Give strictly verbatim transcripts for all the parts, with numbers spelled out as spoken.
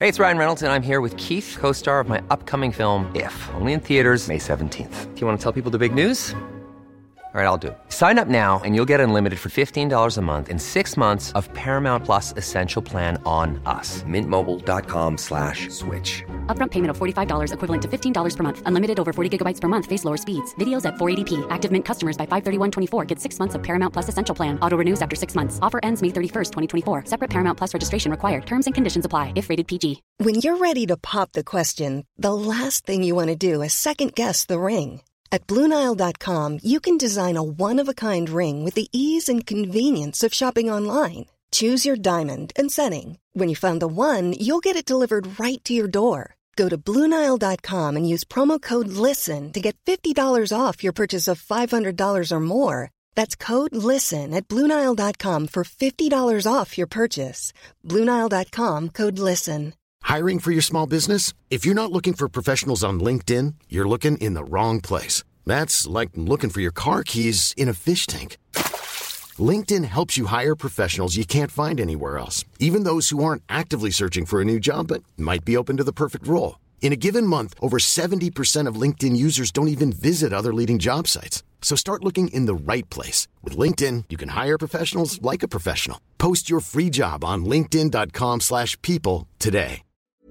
Hey, it's Ryan Reynolds, and I'm here with Keith, co-star of my upcoming film, If, only in theaters May seventeenth. Do you want to tell people the big news? All right, I'll do it. Sign up now and you'll get unlimited for fifteen dollars a month and six months of Paramount Plus Essential Plan on us. Mint Mobile dot com slash switch. Upfront payment of forty-five dollars equivalent to fifteen dollars per month. Unlimited over forty gigabytes per month. Face lower speeds. Videos at four eighty p. Active Mint customers by five thirty-one twenty-four get six months of Paramount Plus Essential Plan. Auto renews after six months. Offer ends May thirty-first, twenty twenty-four. Separate Paramount Plus registration required. Terms and conditions apply if rated P G. When you're ready to pop the question, the last thing you want to do is second-guess the ring. At Blue Nile dot com, you can design a one-of-a-kind ring with the ease and convenience of shopping online. Choose your diamond and setting. When you find the one, you'll get it delivered right to your door. Go to Blue Nile dot com and use promo code LISTEN to get fifty dollars off your purchase of five hundred dollars or more. That's code LISTEN at Blue Nile dot com for fifty dollars off your purchase. Blue Nile dot com, code LISTEN. Hiring for your small business? If you're not looking for professionals on LinkedIn, you're looking in the wrong place. That's like looking for your car keys in a fish tank. LinkedIn helps you hire professionals you can't find anywhere else, even those who aren't actively searching for a new job but might be open to the perfect role. In a given month, over seventy percent of LinkedIn users don't even visit other leading job sites. So start looking in the right place. With LinkedIn, you can hire professionals like a professional. Post your free job on linkedin dot com slash people today.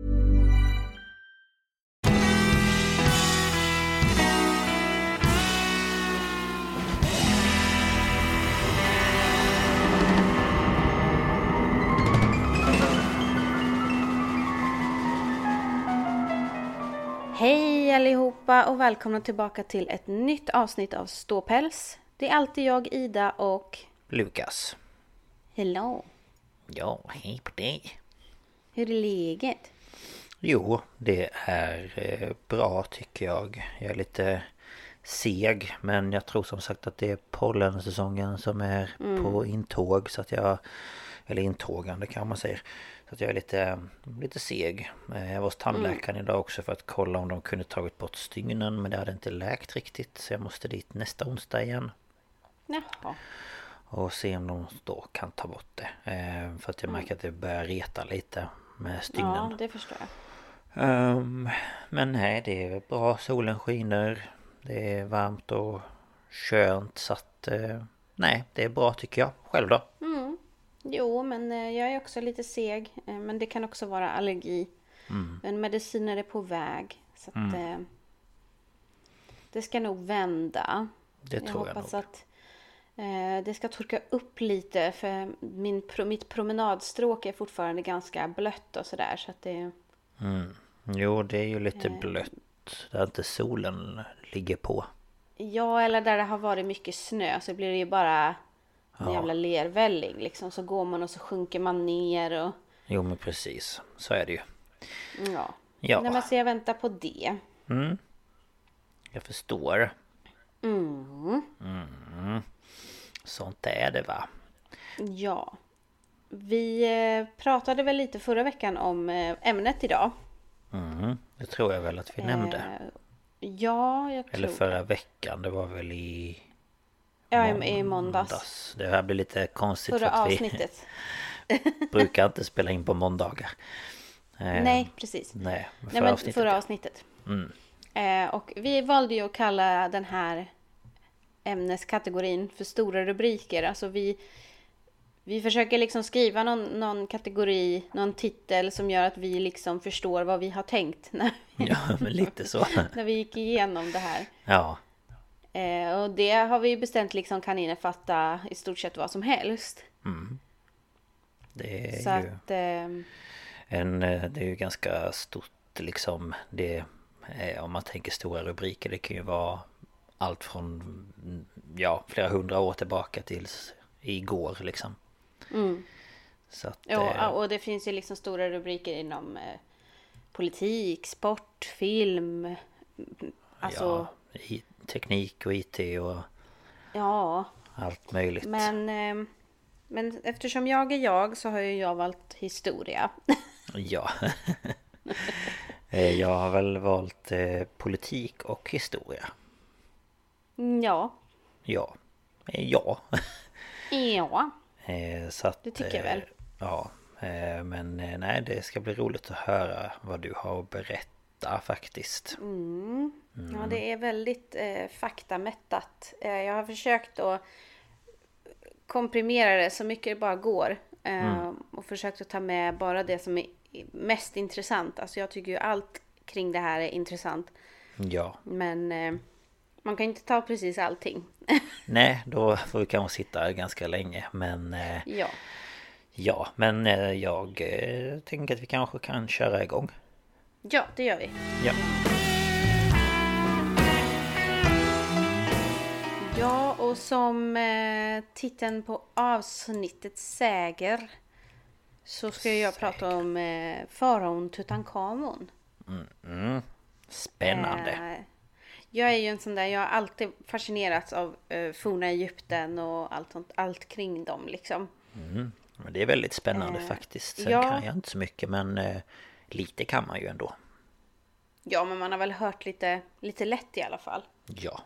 Hej allihopa och välkomna tillbaka till ett nytt avsnitt av Ståpäls. Det är alltid jag, Ida och Lukas. Hello. Ja, hej på dig. Hur är läget? Jo, det är eh, bra tycker jag. Jag är lite seg, men jag tror som sagt att det är pollensäsongen som är mm. på intåg, så att jag, eller intågande kan man säga. Så att jag är lite, lite seg. Jag var hos tandläkaren mm. idag också för att kolla om de kunde tagit bort stygnen. Men det hade inte läkt riktigt. Så jag måste dit nästa onsdag igen. Jaha. Och se om de då kan ta bort det. För att jag märker mm. att det börjar reta lite med stygnen. Ja, det förstår jag. Um, men nej, det är bra. Solen skiner. Det är varmt och skönt. Så att uh, nej, det är bra tycker jag. Själv då? Mm. Jo, men jag är också lite seg. Men det kan också vara allergi. Mm. Men mediciner är på väg. Så att mm. eh, det ska nog vända. Det jag tror jag hoppas nog. att eh, det ska torka upp lite. För min, mitt promenadstråk är fortfarande ganska blött och sådär. Så att det... Mm. Jo, det är ju lite eh, blött. Där inte solen ligger på. Ja, eller där det har varit mycket snö. Så blir det ju bara... en ja. jävla lervälling liksom. Så går man och så sjunker man ner och... Jo men precis, så är det ju. Ja, ja. Nej, men så jag väntar på det. Mm. Jag förstår. Mm. Mm. Sånt är det va? Ja. Vi eh, pratade väl lite förra veckan om eh, ämnet idag. Mm. Det tror jag väl att vi eh, nämnde. Ja, jag tror Eller förra veckan, det var väl i... Ja, i, i måndags. måndags. Det här blir lite konstigt. Förra för att avsnittet. Vi brukar inte spela in på måndagar. Eh, Nej, precis. Nej, förra Nej, men avsnittet. Förra avsnittet. Mm. Eh, och vi valde ju att kalla den här ämneskategorin för stora rubriker. Alltså vi, vi försöker liksom skriva någon, någon kategori, någon titel som gör att vi liksom förstår vad vi har tänkt. När vi, ja, men lite så. när vi gick igenom det här. Ja. Eh, och det har vi bestämt liksom kan innefatta i stort sett vad som helst. Mm. Det är så ju att, eh, en, det är ju ganska stort liksom det, om man tänker stora rubriker, det kan ju vara allt från ja, flera hundra år tillbaka till igår liksom. Mm. Så att, ja, eh, och det finns ju liksom stora rubriker inom eh, politik, sport, film, alltså ja, i, teknik och I T och ja, allt möjligt. Men, eh, men eftersom jag är jag så har ju jag valt historia. Ja. Jag har väl valt eh, politik och historia. Ja. Ja. Ja. Ja. Eh, så att, det tycker jag väl. Eh, ja. Men nej, det ska bli roligt att höra vad du har att berätta faktiskt. Mm. Mm. Ja, det är väldigt eh, faktamättat. Eh, jag har försökt att komprimera det så mycket det bara går. Eh, mm. Och försökt att ta med bara det som är mest intressant. Alltså jag tycker ju allt kring det här är intressant. Ja. Men eh, man kan inte ta precis allting. Nej, då får vi kanske sitta ganska länge. Men eh, ja. Ja, men eh, jag eh, tänker att vi kanske kan köra igång. Ja, det gör vi. Ja. Ja, och som eh, titeln på avsnittet säger så ska jag säger. prata om eh, faraon Tutankhamon. Mm, mm. Spännande. Eh, jag är ju en sån där, jag har alltid fascinerats av eh, forna Egypten och allt, sånt, allt kring dem liksom. Mm. Men det är väldigt spännande eh, faktiskt. Sen ja. kan jag inte så mycket, men eh, lite kan man ju ändå. Ja, men man har väl hört lite, lite lätt i alla fall. Ja.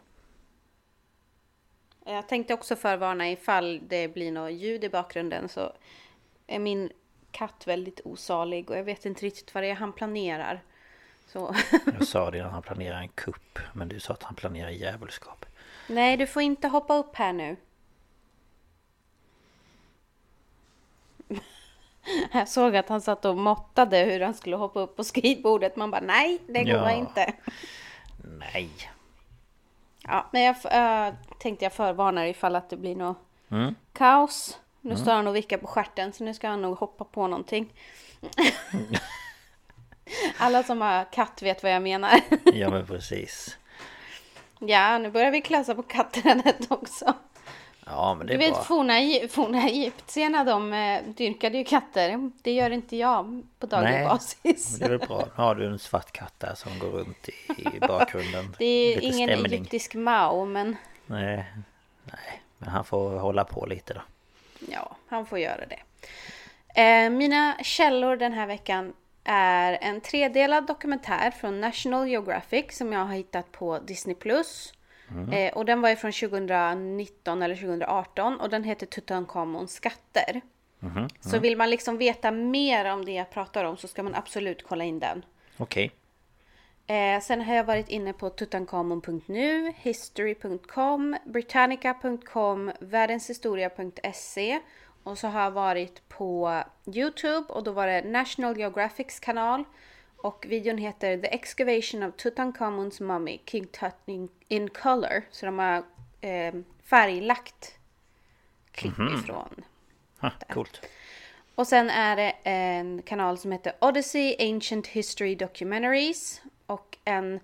Jag tänkte också förvarna ifall det blir något ljud i bakgrunden så är min katt väldigt osalig och jag vet inte riktigt vad det är han planerar. Så. Jag sa det när han planerar en kupp, men du sa att han planerar djävulskap. Nej, du får inte hoppa upp här nu. Jag såg att han satt och måttade hur han skulle hoppa upp på skrivbordet. Man bara, nej, det går ja. inte. Nej. Ja, men jag äh, tänkte jag förvarnar ifall att det blir något mm. kaos. Nu mm. står han och vickar på stjärten, så nu ska han nog hoppa på någonting. Alla som har katt vet vad jag menar. Ja, men precis. Ja, nu börjar vi klassa på katträdet också. Ja, men det är du bra. vet, forna, forna egyptierna, de eh, dyrkade ju katter. Det gör inte jag på daglig Nej, basis. Det är väl bra. Nu har du en svart katt där som går runt i, i bakgrunden. Det är lite ingen stämning. egyptisk Mao, men... Nej, nej, men han får hålla på lite då. Ja, han får göra det. Eh, mina källor den här veckan är en tredelad dokumentär från National Geographic som jag har hittat på Disney plus. Mm. Eh, och den var ju från tjugonitton eller tjugoarton och den heter Tutankhamons skatter. Mm. Mm. Så vill man liksom veta mer om det jag pratar om så ska man absolut kolla in den. Okej. Okay. Eh, sen har jag varit inne på tutankhamon punkt nu, history punkt com, britannica punkt com, världenshistoria punkt se och så har jag varit på YouTube och då var det National Geographics kanal. Och videon heter The Excavation of Tutankhamon's Mummy, King Tut in, in Color. Så de har eh, färglagt klipp mm-hmm. ifrån. Ha, coolt. Och sen är det en kanal som heter Odyssey Ancient History Documentaries. Och en,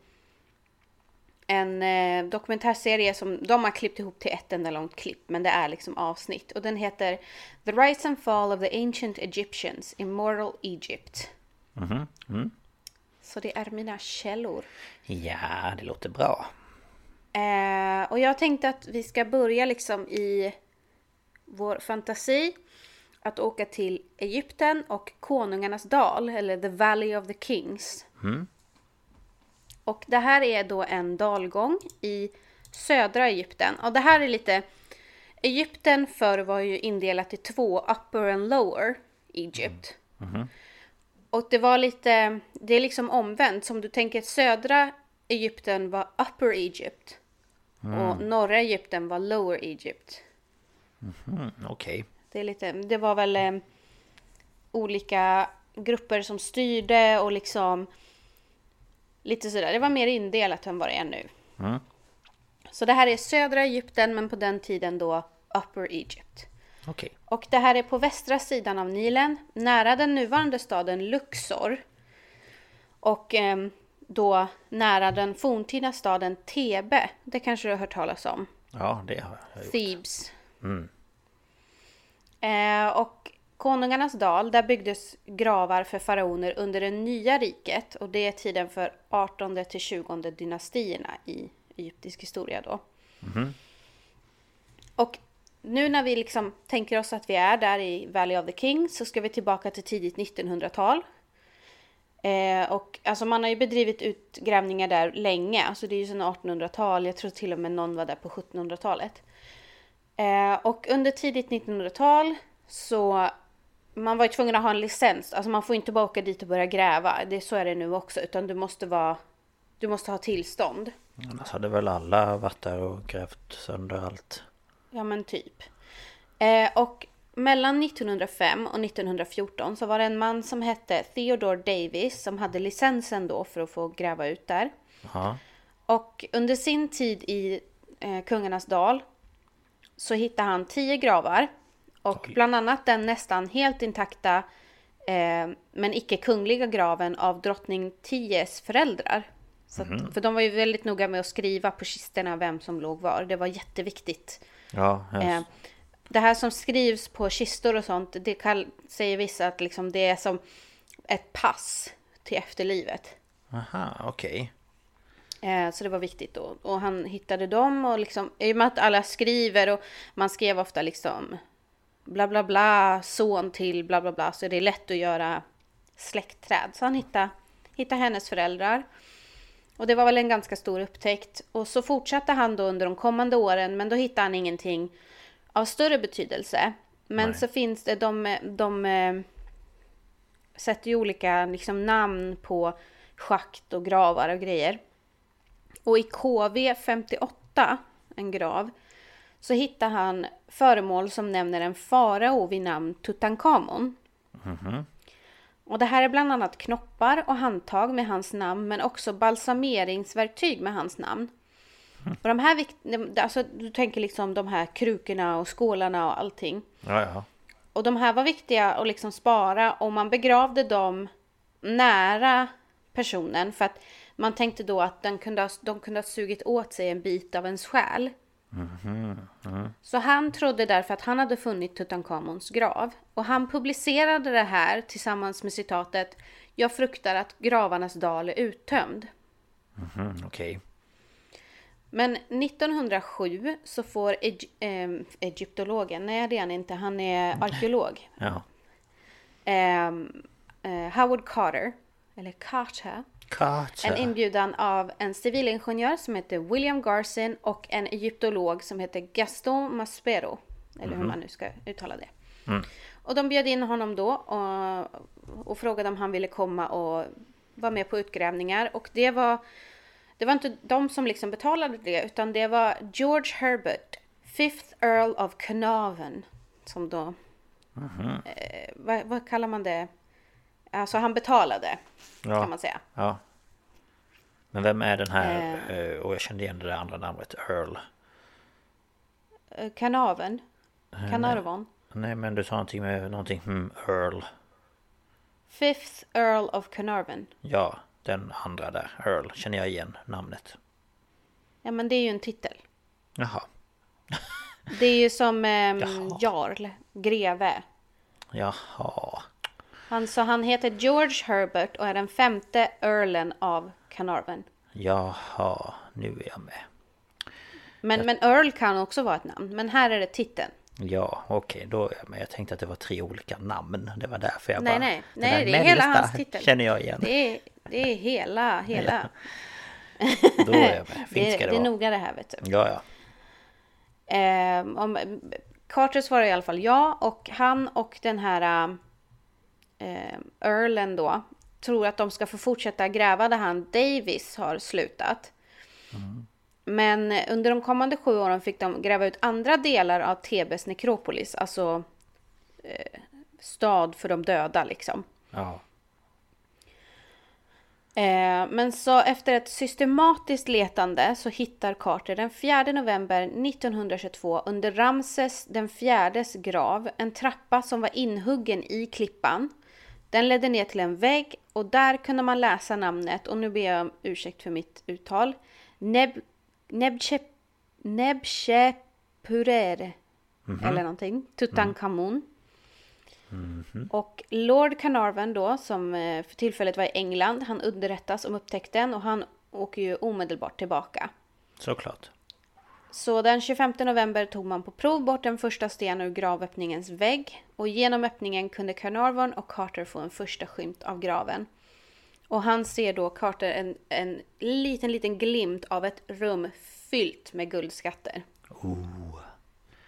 en eh, dokumentärserie som de har klippt ihop till ett enda långt klipp. Men det är liksom avsnitt. Och den heter The Rise and Fall of the Ancient Egyptians, Immortal Egypt. Mhm. Mm. Så det är mina källor. Ja, det låter bra. Eh, och jag tänkte att vi ska börja liksom i vår fantasi. Att åka till Egypten och Konungarnas dal. Eller The Valley of the Kings. Mm. Och det här är då en dalgång i södra Egypten. Och det här är lite... Egypten förr var ju indelat i två, Upper and Lower Egypt. Mm. Mm. Och det var lite, det är liksom omvänt. Som du tänker, södra Egypten var Upper Egypt. Mm. Och norra Egypten var Lower Egypt. Mm, okej. Okay. Det är lite, det var väl eh, olika grupper som styrde och liksom lite sådär. Det var mer indelat än vad det är nu. Mm. Så det här är södra Egypten, men på den tiden då Upper Egypt. Okay. Och det här är på västra sidan av Nilen, nära den nuvarande staden Luxor. Och eh, då nära den forntida staden Thebe. Det kanske du har hört talas om. Ja, det har jag gjort. Thebes. Mm. Eh, och Konungarnas dal, där byggdes gravar för faraoner under det nya riket. Och det är tiden för artonde till tjugonde dynastierna i egyptisk historia då. Mm. Och nu när vi liksom tänker oss att vi är där i Valley of the Kings så ska vi tillbaka till tidigt nittonhundratal. Eh, och alltså man har ju bedrivit utgrävningar där länge. Alltså det är ju sedan artonhundratal. Jag tror till och med någon var där på sjuttonhundratalet. Eh, och under tidigt nittonhundratal så man var ju tvungen att ha en licens. Alltså man får inte bara åka dit och börja gräva. Det, så är det nu också. Utan du måste vara, du måste ha tillstånd. Annars hade väl alla varit där och grävt sönder allt. Ja men typ. Eh, och mellan nittonhundrafem och nittonhundrafjorton så var det en man som hette Theodore Davis som hade licensen då för att få gräva ut där. Aha. Och under sin tid i eh, Kungarnas dal så hittade han tio gravar. Och Oj. bland annat den nästan helt intakta eh, men icke kungliga graven av drottning Ties föräldrar. Så att, Mm. för de var ju väldigt noga med att skriva på kisterna vem som låg var. Det var jätteviktigt. Ja, yes. Eh, det här som skrivs på kistor och sånt, det kall, säger vissa att liksom det är som ett pass till efterlivet. Aha, okej. Eh, så det var viktigt då. Och han hittade dem och liksom, i och med att alla skriver och man skrev ofta liksom bla bla bla, son till bla bla bla, så är det lätt att göra släktträd. Så han hittade, hittade hennes föräldrar. Och det var väl en ganska stor upptäckt. Och så fortsatte han då under de kommande åren, men då hittade han ingenting av större betydelse. Men Nej. så finns det, de, de eh, sätter ju olika liksom, namn på schakt och gravar och grejer. Och i K V femtioåtta, en grav, så hittar han föremål som nämner en farao vid namn Tutankhamon. Mhm. Och det här är bland annat knoppar och handtag med hans namn, men också balsameringsverktyg med hans namn. Och de här, alltså du tänker liksom de här krukorna och skålarna och allting. Ja, ja. Och de här var viktiga att liksom spara och man begravde dem nära personen för att man tänkte då att den kunde ha, de kunde ha sugit åt sig en bit av ens själ. Mhm. Mm. Så han trodde därför att han hade funnit Tutankhamons grav. Och han publicerade det här tillsammans med citatet: "Jag fruktar att gravarnas dal är uttömd." Mhm, okej. Men nittonhundrasju så får Egy- eh, egyptologen, nej det är han inte, han är arkeolog. Ja. Eh, eh, Howard Carter, eller Carter, Carter. en inbjudan av en civilingenjör som heter William Garson och en egyptolog som heter Gaston Maspero. Eller hur man nu ska uttala det. Mm. Och de bjöd in honom då och, och frågade om han ville komma och vara med på utgrävningar. Och det var, det var inte de som liksom betalade det, utan det var George Herbert, fifth Earl of Carnarvon, som då, Mhm. eh, vad, vad kallar man det? Alltså han betalade, Ja. kan man säga. Ja. Men vem är den här? Eh. eh, Och jag kände igen det där andra namnet, Earl. Eh, Carnarvon. Carnarvon. Nej, men du sa någonting med någonting, hmm, Earl. Fifth Earl of Carnarvon. Ja, den andra där, Earl, känner jag igen namnet. Ja, men det är ju en titel. Jaha. Det är ju som ehm, Jaha. jarl, greve. Jaha. Han, så han heter George Herbert och är den femte earlen av Carnarvon. Jaha, nu är jag med. Men, men Earl kan också vara ett namn. Men här är det titeln. Ja, okej, då är jag med. Jag tänkte att det var tre olika namn. Det var därför jag Nej, bara... nej. den Nej, där det är hela mellersta hans titel. känner jag igen. Det är, det är hela, hela. Då är jag med. Fint det, ska det, det är vara. noga det här, vet du. Ja, ja. Eh, om, Carter svarar i alla fall ja. Och han och den här eh, Earlen då tror att de ska få fortsätta gräva där han Davis har slutat. Mm. Men under de kommande sju åren fick de gräva ut andra delar av Thebes nekropolis. Alltså eh, stad för de döda liksom. Ja. Eh, men så efter ett systematiskt letande så hittar Carter den fjärde november nittonhundratjugotvå under Ramses den fjärdes grav en trappa som var inhuggen i klippan. Den ledde ner till en vägg och där kunde man läsa namnet, och nu ber jag om ursäkt för mitt uttal, Neb Nebche Nebchepurer Mhm. eller någonting, Tutankhamon. Mhm. Och Lord Carnarvon då, som eh, för tillfället var i England, han underrättas om upptäckten och han åker ju omedelbart tillbaka. Såklart. Så den tjugofemte november tog man på prov bort den första stenen ur gravöppningens vägg, och genom öppningen kunde Carnarvon och Carter få en första skymt av graven. Och han ser då Carter en, en liten, liten glimt av ett rum fyllt med guldskatter. Oh.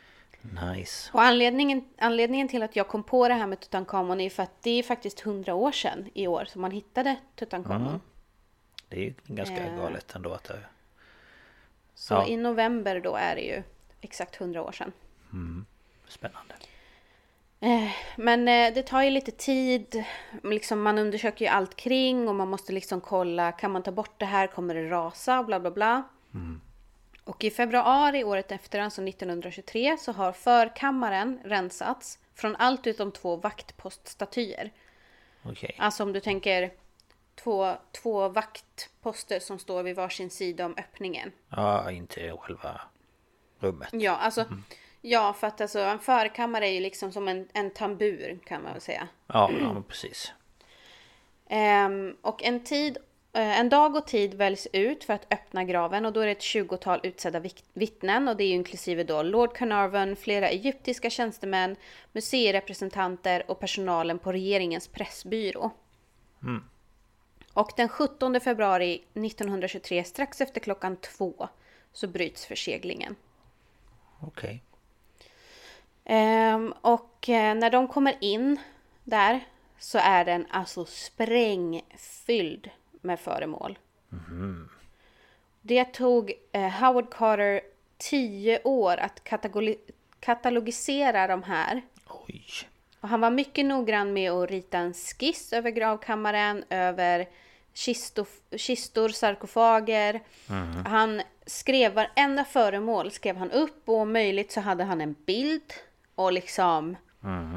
Nice. Och anledningen, anledningen till att jag kom på det här med Tutankhamon är för att det är faktiskt hundra år sedan i år som man hittade Tutankhamon. Mm. Det är ju ganska eh. galet ändå att det... Så ja. I november då är det ju exakt hundra år sedan. Mm. Spännande. Eh, men eh, det tar ju lite tid. Liksom man undersöker ju allt kring och man måste liksom kolla, kan man ta bort det här, kommer det rasa, bla bla bla. Mm. Och i februari året efter, alltså nittonhundratjugotre, så har förkammaren rensats från allt utom två vaktpoststatyer. Okay. Alltså om du tänker två, två vaktposter som står vid varsin sida om öppningen. Ja, inte själva rummet. Ja, alltså, mm. ja, för att alltså, en förkammare är ju liksom som en, en tambur kan man väl säga. Ja, ja men precis. Ehm, och en tid... En dag och tid väljs ut för att öppna graven och då är det ett tjugotal utsedda vittnen och det är ju inklusive då Lord Carnarvon, flera egyptiska tjänstemän, museirepresentanter och personalen på regeringens pressbyrå. Mm. Och den sjuttonde februari nittonhundratjugotre, strax efter klockan två, så bryts förseglingen. Okej. Okay. Ehm, och när de kommer in där så är den alltså sprängfylld med föremål. Mm. Det tog eh, Howard Carter tio år att katagoli- katalogisera de här. Oj. Och han var mycket noggrann med att rita en skiss över gravkammaren, över kisto- kistor, sarkofager. Mm. Han skrev varenda föremål, skrev han upp och om möjligt så hade han en bild. Och liksom mm.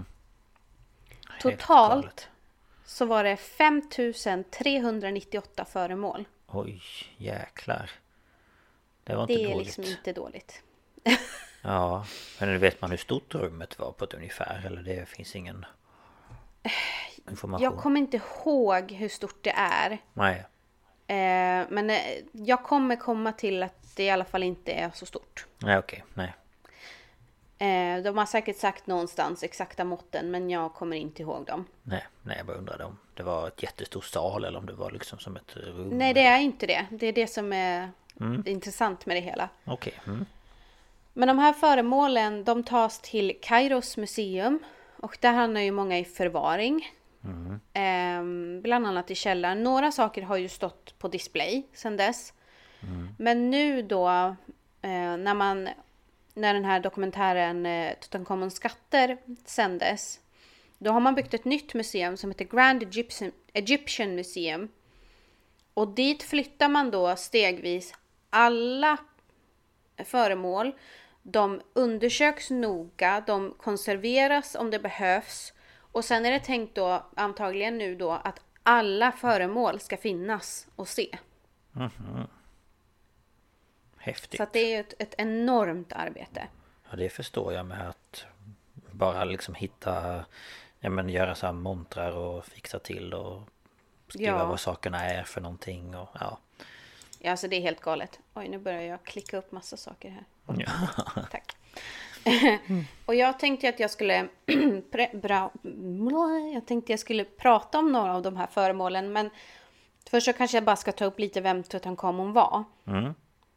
totalt så var det femtusen trehundranittioåtta föremål. Oj, jäklar. Det var det inte är dåligt. liksom inte dåligt. Ja, men vet man hur stort rummet var på ett ungefär? Eller det finns ingen information? Jag kommer inte ihåg hur stort det är. Nej. Eh, men eh, jag kommer komma till att det i alla fall inte är så stort. Nej, okej. Nej. Eh, de har säkert sagt någonstans exakta måtten, men jag kommer inte ihåg dem. Nej, nej, jag bara undrade om det var ett jättestor sal eller om det var liksom som ett rum. Nej, det är inte det. Det är det som är mm. intressant med det hela. Okej. Mm. Men de här föremålen, de tas till Kairos museum. Och där hamnar ju många i förvaring. Mm. Eh, bland annat i källaren. Några saker har ju stått på display sedan dess. Mm. Men nu då, eh, när man... när den här dokumentären eh, Tutankhamons skatter sändes, då har man byggt ett nytt museum som heter Grand Egyptian, Egyptian Museum. Och dit flyttar man då stegvis alla föremål. De undersöks noga, de konserveras om det behövs. Och sen är det tänkt då, antagligen nu då, att alla föremål ska finnas och se. Mm-hmm. Häftigt. Så att det är ett, ett enormt arbete. Ja, det förstår jag med att bara liksom hitta, ja men göra så här montrar och fixa till och skriva ja. vad sakerna är för någonting och ja. Ja, alltså det är helt galet. Oj, nu börjar jag klicka upp massa saker här. Ja. Tack. Och jag tänkte att jag skulle pre- bra, jag tänkte jag skulle prata om några av de här föremålen, men först så kanske jag bara ska ta upp lite vem Tutankhamon var. Mm.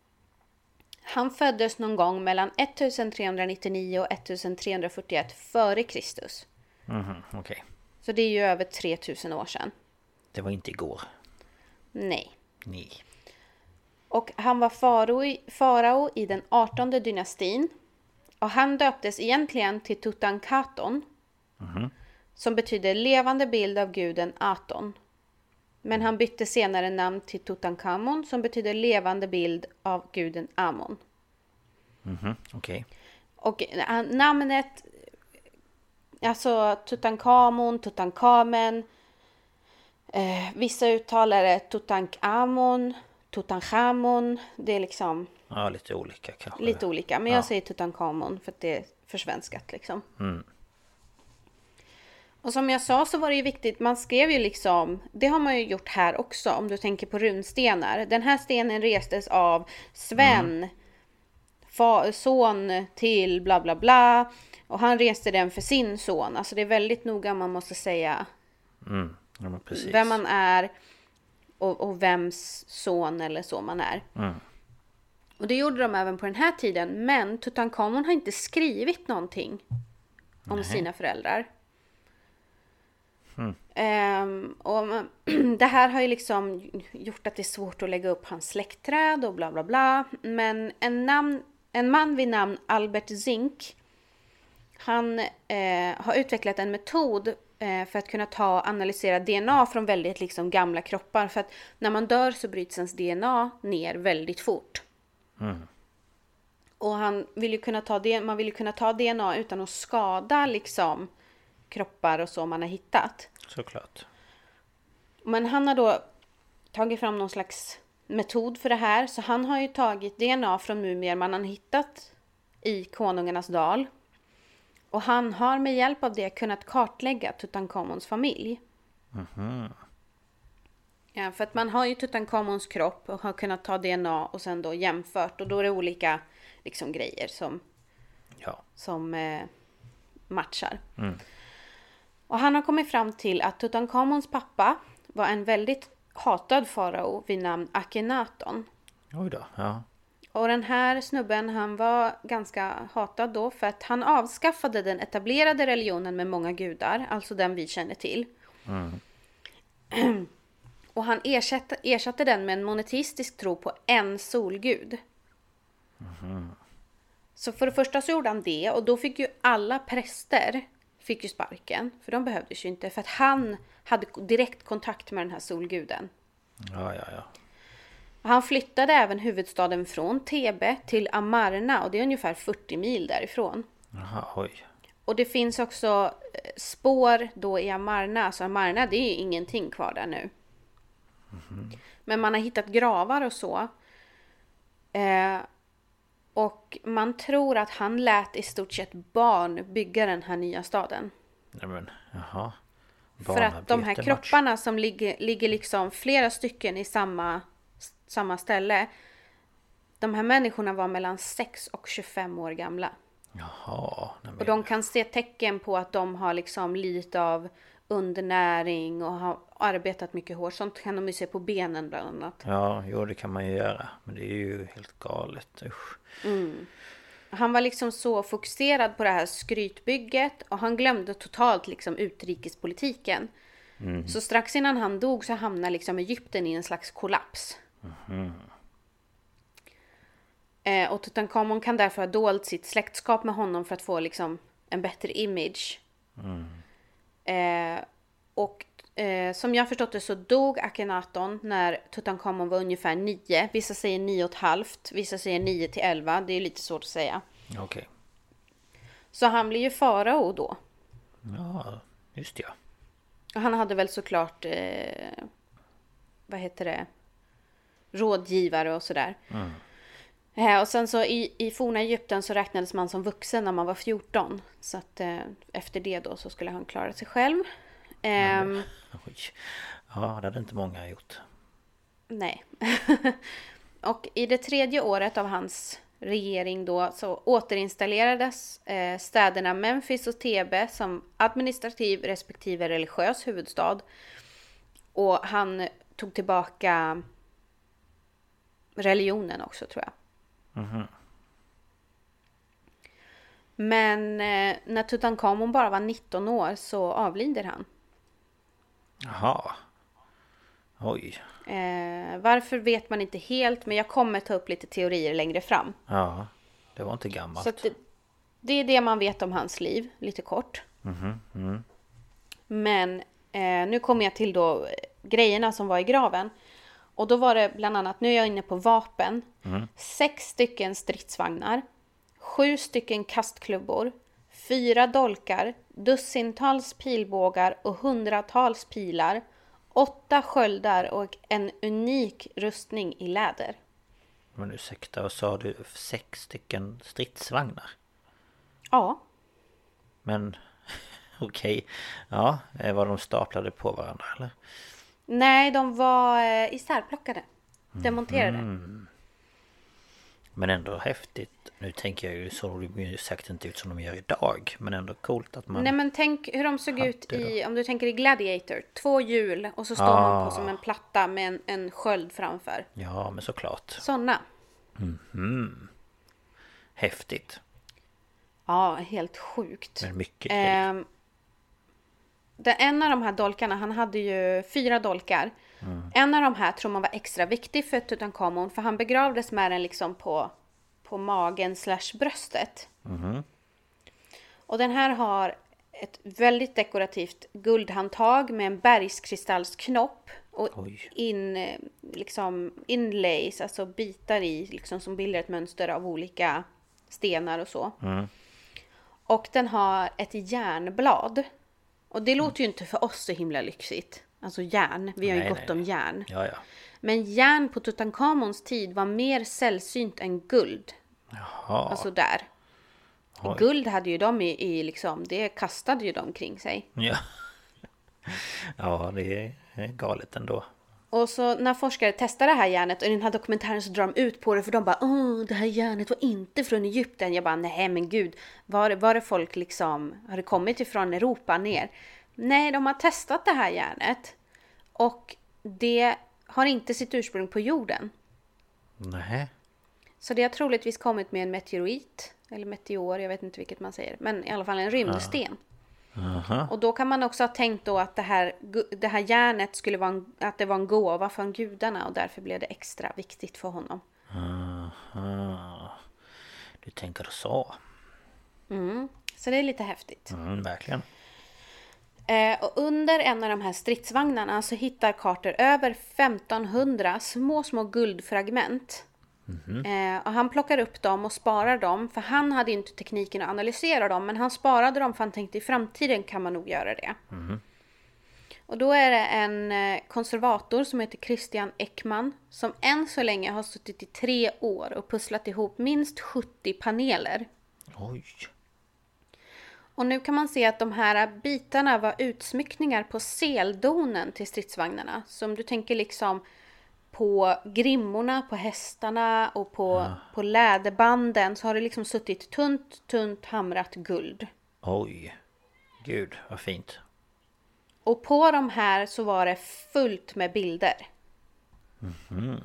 Han föddes någon gång mellan ettusentrehundranittionio och ettusentrehundrafyrtioett före Kristus. Mm, okej. Okay. Så det är ju över tre tusen år sedan. Det var inte igår. Nej. Nej. Och han var farao i, farao i den artonde dynastin. Och han döptes egentligen till Tutankhaton. Mm. Som betyder levande bild av guden Aton. Men han bytte senare namn till Tutankhamon som betyder levande bild av guden Amon. Mhm, okej. Okay. Och namnet, alltså Tutankhamon, Tutankhamen, eh, vissa uttalar det Tutankhamon, Tutankhamon, det är liksom... Ja, lite olika kanske. Lite olika, men ja. jag säger Tutankhamon för att det är försvenskat liksom. Mm. Och som jag sa så var det ju viktigt, man skrev ju liksom, det har man ju gjort här också om du tänker på runstenar. Den här stenen restes av Sven, mm. fa, son till bla bla bla. Och han reste den för sin son. Alltså det är väldigt noga, man måste säga mm. ja, men precis. vem man är och, och vems son eller så man är. Mm. Och det gjorde de även på den här tiden. Men Tutankhamon har inte skrivit någonting om Nej. sina föräldrar. Mm. Um, och man, det här har ju liksom gjort att det är svårt att lägga upp hans släktträd och bla bla bla. Men en, namn, en man vid namn Albert Zink, han eh, har utvecklat en metod eh, för att kunna ta och analysera D N A från väldigt liksom gamla kroppar. För att när man dör så bryts ens D N A ner väldigt fort. Mm. Och han vill ju kunna ta det, man vill ju kunna ta D N A utan att skada liksom kroppar och så man har hittat. Såklart. Men han har då tagit fram någon slags metod för det här. Så han har ju tagit D N A från mumier man har hittat i Konungarnas dal. Och han har med hjälp av det kunnat kartlägga Tutankhamons familj. Mm-hmm. Ja, för att man har ju Tutankhamons kropp och har kunnat ta D N A och sen då jämfört. Och då är det olika liksom grejer som, ja. som eh, matchar. Mm. Och han har kommit fram till att Tutankhamons pappa var en väldigt hatad farao vid namn Akhenaton. Oj då, ja. Och den här snubben, han var ganska hatad då för att han avskaffade den etablerade religionen med många gudar, alltså den vi känner till. Mm. Och han ersatte, ersatte den med en monoteistisk tro på en solgud. Mm. Så för det första så gjorde han det, och då fick ju alla präster fick ju sparken, för de behövdes ju inte, för att han hade direkt kontakt med den här solguden. Ja, ja, ja. Han flyttade även huvudstaden från Thebe till Amarna, och det är ungefär fyrtio mil därifrån. Aha, oj. Och det finns också spår då i Amarna, så Amarna, det är ju ingenting kvar där nu. Mm-hmm. Men man har hittat gravar och så. Eh, och man tror att han lät i stort sett barn bygga den här nya staden. Nej men, jaha. För att de här kropparna som ligger, ligger liksom flera stycken i samma, samma ställe. De här människorna var mellan sex och tjugofem år gamla. Jaha. Nej, men... Och de kan se tecken på att de har liksom lidit av undernäring och har arbetat mycket hårt. Sånt kan de ju se på benen bland annat. Ja, jo det kan man ju göra. Men det är ju helt galet. Usch. Mm. Han var liksom så fokuserad på det här skrytbygget, och han glömde totalt liksom utrikespolitiken. Mm. Så strax innan han dog så hamnade liksom Egypten i en slags kollaps. Mm. Eh, och Tutankhamon kan därför ha dolt sitt släktskap med honom för att få liksom en bättre image. Mm. Eh, och eh, som jag förstått det så dog Akhenaton när Tutankhamon var ungefär nio. Vissa säger nio och ett halvt, vissa säger nio till elva. Det är lite svårt att säga. Okej. Okay. Så han blir ju farao då. Ja, just det. Han hade väl såklart, eh, vad heter det, rådgivare och sådär. Mm. Eh, och sen så i, i forna Egypten så räknades man som vuxen när man var fjorton. Så att eh, efter det då så skulle han klara sig själv. Eh, mm. Ja, det hade inte många gjort. Nej. Och i det tredje året av hans regering då så återinstallerades eh, städerna Memphis och Thebe som administrativ respektive religiös huvudstad. Och han tog tillbaka religionen också, tror jag. Mm-hmm. Men eh, när Tutankhamon bara var nitton år så avlider han. Jaha. Oj. Eh, varför vet man inte helt, men jag kommer ta upp lite teorier längre fram. Ja, det var inte gammalt. Så det, det är det man vet om hans liv, lite kort. Mm-hmm. Mm. Men eh, nu kommer jag till då grejerna som var i graven. Och då var det bland annat, nu är jag inne på vapen, mm. sex stycken stridsvagnar, sju stycken kastklubbor, fyra dolkar, dussintals pilbågar och hundratals pilar, åtta sköldar och en unik rustning i läder. Men ursäkta, vad sa du? Sex stycken stridsvagnar? Ja. Men, okej. Okay. Ja, var de staplade på varandra eller? Nej, de var eh, isärplockade. Demonterade. Mm. Men ändå häftigt. Nu tänker jag ju så det ju säkert inte ut som de gör idag. Men ändå coolt att man... Nej, men tänk hur de såg ut i... Om du tänker i Gladiator. Två hjul och så står ah. man på som en platta med en, en sköld framför. Ja, men såklart. Såna. Mm. Häftigt. Ja, helt sjukt. Men mycket. Eh, den, en av de här dolkarna, han hade ju fyra dolkar. Mm. En av de här tror man var extra viktig för Tutankhamon, för han begravdes med den liksom på, på magen slash bröstet. Mm. Och den här har ett väldigt dekorativt guldhandtag med en bergskristallsknopp och in, liksom inlays, alltså bitar i liksom, som bildar ett mönster av olika stenar och så. Mm. Och den har ett järnblad. Och det låter ju inte för oss så himla lyxigt. Alltså järn, vi har ju nej, gott nej, om järn. Ja, ja. Men järn på Tutankhamons tid var mer sällsynt än guld. Jaha. Alltså där. Oj. Guld hade ju de i, i liksom, det kastade ju de kring sig. Ja. Ja, det är galet ändå. Och så när forskare testar det här järnet och i den här dokumentären så drar de ut på det, för de bara, åh, det här järnet var inte från Egypten. Jag bara, nej men gud, var, var det folk liksom, har det kommit ifrån Europa ner? Nej, de har testat det här järnet och det har inte sitt ursprung på jorden. Nej. Så det har troligtvis kommit med en meteorit, eller meteor, jag vet inte vilket man säger, men i alla fall en rymdsten. Aha. Och då kan man också ha tänkt då att det här, det här järnet skulle vara en, att det var en gåva från gudarna och därför blev det extra viktigt för honom. Aha. Du tänker så. Mm. Så det är lite häftigt. Mm, verkligen. Eh, och under en av de här stridsvagnarna så hittar Carter över femtonhundra små små guldfragment. Mm-hmm. Eh, och han plockar upp dem och sparar dem, för han hade inte tekniken att analysera dem, men han sparade dem för han tänkte i framtiden kan man nog göra det. Mm-hmm. Och då är det en konservator som heter Christian Ekman som än så länge har suttit i tre år och pusslat ihop minst sjuttio paneler. Oj. Och nu kan man se att de här bitarna var utsmyckningar på seldonen till stridsvagnarna. Så om du tänker liksom på grimmorna, på hästarna och på, ja. på läderbanden, så har det liksom suttit tunt, tunt hamrat guld. Oj, gud vad fint. Och på de här så var det fullt med bilder. Mm-hmm.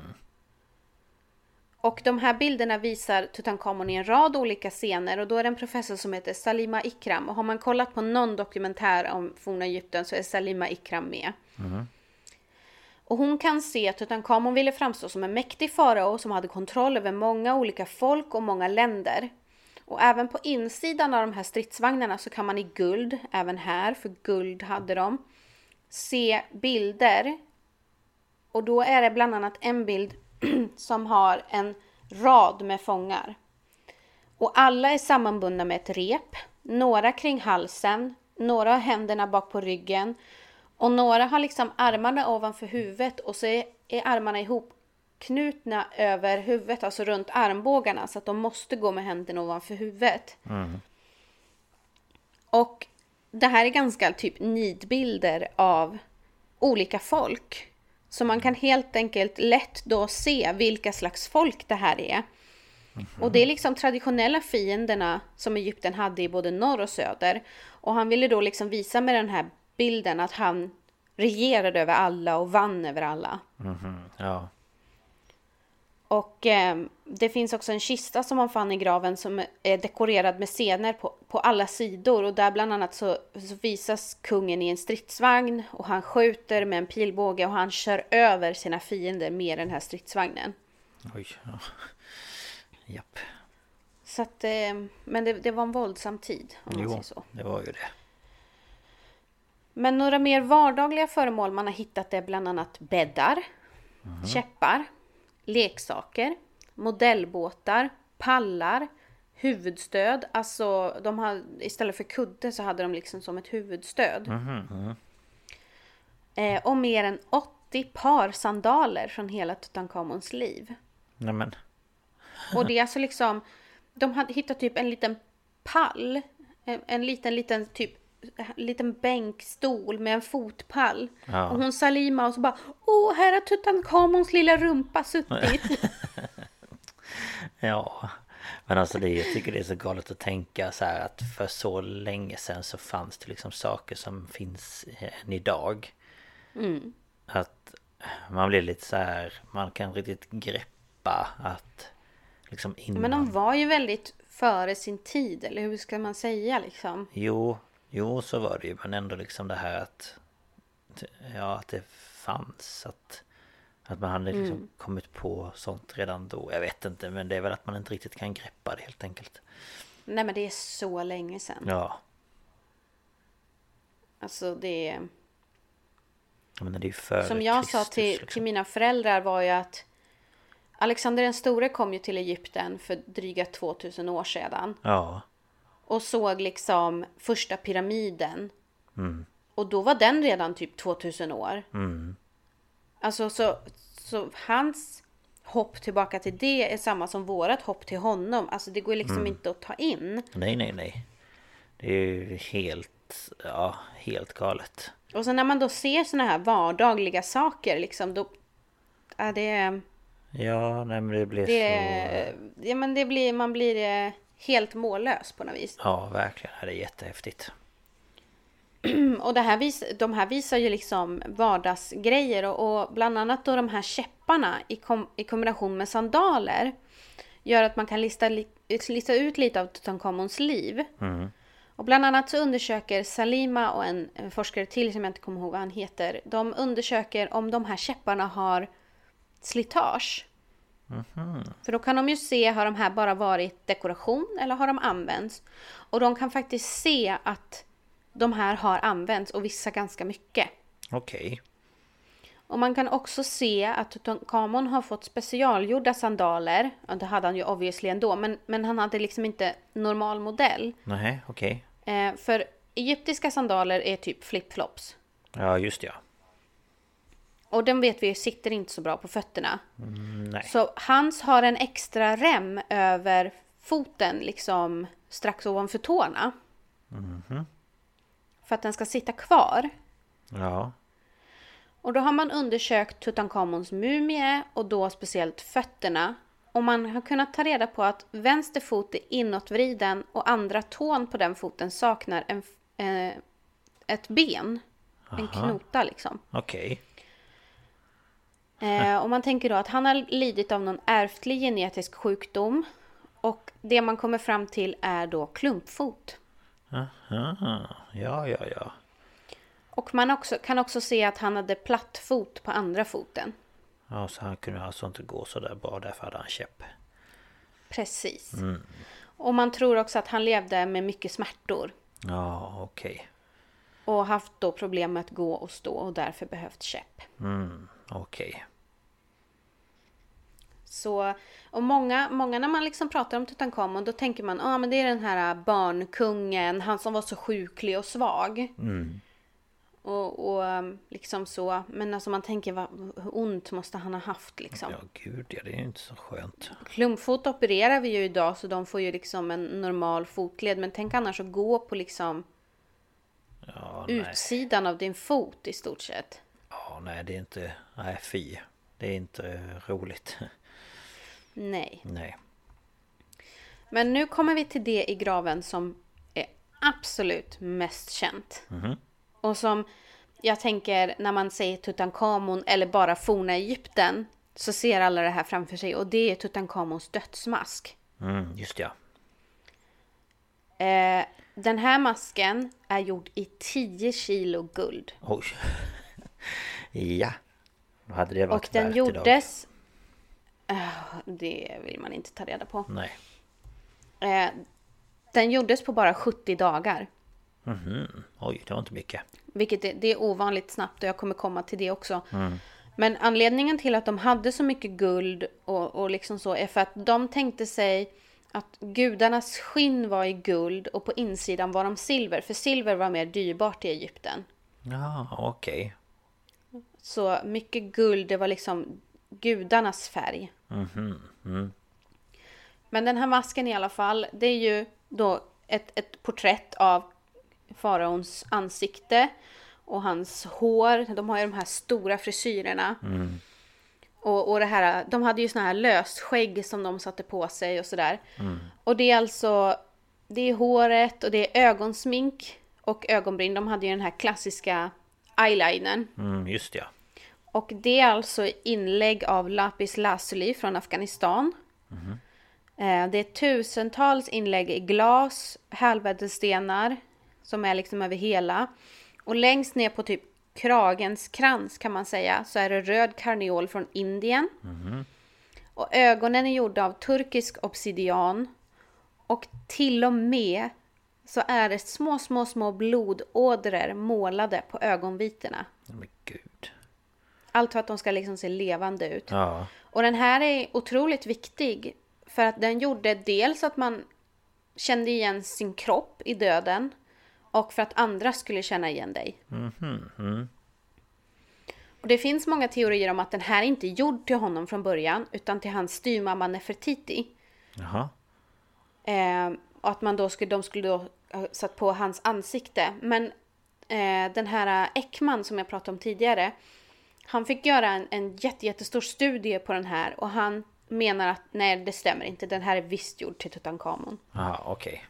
Och de här bilderna visar Tutankhamon i en rad olika scener. Och då är det en professor som heter Salima Ikram. Och har man kollat på någon dokumentär om forna Egypten så är Salima Ikram med. Mm. Och hon kan se att Tutankhamon ville framstå som en mäktig farao som hade kontroll över många olika folk och många länder. Och även på insidan av de här stridsvagnarna så kan man i guld, även här, för guld hade de, se bilder. Och då är det bland annat en bild som har en rad med fångar. Och alla är sammanbundna med ett rep. Några kring halsen, några har händerna bak på ryggen. Och några har liksom armarna ovanför huvudet och så är, är armarna ihopknutna över huvudet, alltså runt armbågarna, så att de måste gå med händerna ovanför huvudet. Mm. Och det här är ganska typ nidbilder av olika folk. Så man kan helt enkelt lätt då se vilka slags folk det här är. Mm. Och det är liksom traditionella fienderna som Egypten hade i både norr och söder. Och han ville då liksom visa med den här bilden att han regerade över alla och vann över alla. Mm-hmm. Ja. Och eh, det finns också en kista som man fann i graven som är dekorerad med scener på, på alla sidor. Och där bland annat så, så visas kungen i en stridsvagn och han skjuter med en pilbåge och han kör över sina fiender med den här stridsvagnen. Oj, ja. Japp. Så att, eh, men det, det var en våldsam tid, om man jo, säger så. Det var ju det. Men några mer vardagliga föremål man har hittat är bland annat bäddar, mm. käppar, leksaker, modellbåtar, pallar, huvudstöd. Alltså de har, istället för kudde så hade de liksom som ett huvudstöd. Mm. Mm. Eh, och mer än åttio par sandaler från hela Tutankhamons liv. Nämen. Och det är alltså liksom, de hade hittat typ en liten pall, en, en liten, liten typ liten bänkstol med en fotpall. Ja. Och hon Salima och så bara, åh, här har Tutankhamons lilla rumpa suttit. Ja, men alltså det, jag tycker det är så galet att tänka så här att för så länge sedan så fanns det liksom saker som finns än idag. Mm. Att man blir lite så här, man kan riktigt greppa att liksom innan. Men de var ju väldigt före sin tid, eller hur ska man säga liksom? Jo, jo så var det ju, men ändå liksom det här att ja, att det fanns att, att man hade liksom mm. kommit på sånt redan då. Jag vet inte, men det är väl att man inte riktigt kan greppa det helt enkelt. Nej, men det är så länge sedan. Ja. Alltså det är... Men det är ju före Som jag Kristus, sa till, liksom. till mina föräldrar var ju att Alexander den store kom ju till Egypten för dryga tvåtusen år sedan. Ja. Och såg liksom första pyramiden. Mm. Och då var den redan typ tvåtusen år. Mm. Alltså så, så hans hopp tillbaka till det är samma som vårat hopp till honom. Alltså det går liksom mm. inte att ta in. Nej, nej, nej. Det är ju helt, ja, helt galet. Och sen när man då ser såna här vardagliga saker liksom, då är det... Ja, nej, men det blir det, så... Ja, men det blir, man blir helt mållös på något vis. Ja, verkligen. Det är jättehäftigt. Och det här vis, de här visar ju liksom vardagsgrejer. Och, och bland annat då de här käpparna i, kom, i kombination med sandaler gör att man kan lista, lista ut lite av Tutankhamons liv. Mm. Och bland annat så undersöker Salima och en, en forskare till som jag inte kommer ihåg vad han heter. De undersöker om de här käpparna har slitage. Mm-hmm. För då kan de ju se, har de här bara varit dekoration eller har de använts? Och de kan faktiskt se att de här har använts och vissa ganska mycket. Okej. Okay. Och man kan också se att Tutankhamon har fått specialgjorda sandaler. Ja, det hade han ju obviously ändå. Men, men han hade liksom inte normal modell. Nej, okej. Okay. Eh, för egyptiska sandaler är typ flip-flops. Ja, just det, ja. Och den vet vi sitter inte så bra på fötterna. Mm, nej. Så hans har en extra rem över foten liksom strax ovanför tårna. Mm-hmm. För att den ska sitta kvar. Ja. Och då har man undersökt Tutankhamons mumie och då speciellt fötterna. Och man har kunnat ta reda på att vänster fot är inåtvriden och andra tån på den foten saknar en, eh, ett ben. Aha. En knota liksom. Okej. Eh, och man tänker då att han har lidit av någon ärftlig genetisk sjukdom. Och det man kommer fram till är då klumpfot. Aha. Ja, ja, ja. Och man också, kan också se att han hade platt fot på andra foten. Ja, så han kunde alltså inte gå så där bra, därför hade han käpp. Precis. Mm. Och man tror också att han levde med mycket smärtor. Ja, okej. Okay. Och haft då problem med att gå och stå och därför behövt käpp. Mm, okej. Okay. Så, och många, många när man liksom pratar om Tutankhamon, då tänker man, ja ah, men det är den här barnkungen, han som var så sjuklig och svag. Mm. Och, och liksom så, men alltså man tänker vad, hur ont måste han ha haft liksom. Ja gud, ja, det är ju inte så skönt. Klumpfot opererar vi ju idag så de får ju liksom en normal fotled, men tänk annars att gå på liksom ja, utsidan av din fot i stort sett. Ja, nej det är inte, nej fy, det är inte roligt. Nej. Nej. Men nu kommer vi till det i graven som är absolut mest känt. Mhm. Och som jag tänker när man säger Tutankhamon eller bara forna Egypten så ser alla det här framför sig. Och det är Tutankhamons dödsmask. Mm, just ja. Eh, den här masken är gjord i tio kilo guld. Oj. Ja. Då hade det varit och den värt gjordes... Uh, det vill man inte ta reda på. Nej. Eh, den gjordes på bara sjuttio dagar. Mm-hmm. Oj, det var inte mycket. Vilket är, det är ovanligt snabbt och jag kommer komma till det också. Mm. Men anledningen till att de hade så mycket guld och, och liksom så är för att de tänkte sig att gudarnas skinn var i guld och på insidan var de silver. För silver var mer dyrbart i Egypten. Ja, okej. Okay. Så mycket guld, det var liksom gudarnas färg. Mm-hmm. Mm. Men den här masken i alla fall, det är ju då ett, ett porträtt av faraons ansikte och hans hår. De har ju de här stora frisyrerna. Mm. Och, och det här, de hade ju såna här lösskägg som de satte på sig och sådär. Mm. Och det är alltså, det är håret och det är ögonsmink och ögonbryn. De hade ju den här klassiska eyelinern. Mm, just det. Och det är alltså inlägg av lapis lazuli från Afghanistan. Mm. Eh, det är tusentals inlägg i glas, halvädelstenar som är liksom över hela. Och längst ner på typ kragens krans kan man säga så är det röd karneol från Indien. Mm. Och ögonen är gjorda av turkisk obsidian. Och till och med så är det små, små, små blodådror målade på ögonvitorna. Men gud. Allt för att de ska liksom se levande ut. Ja. Och den här är otroligt viktig. För att den gjorde dels att man kände igen sin kropp i döden. Och för att andra skulle känna igen dig. Mm. Mm. Och det finns många teorier om att den här inte är gjord till honom från början. Utan till hans styvmamma Nefertiti. Jaha. Eh, och att man då skulle, de skulle då ha satt på hans ansikte. Men eh, den här Ekman som jag pratade om tidigare. Han fick göra en, en jätte, jättestor studie på den här. Och han menar att nej, det stämmer inte. Den här är visst gjord till Tutankhamon. Ja, okej. Okay.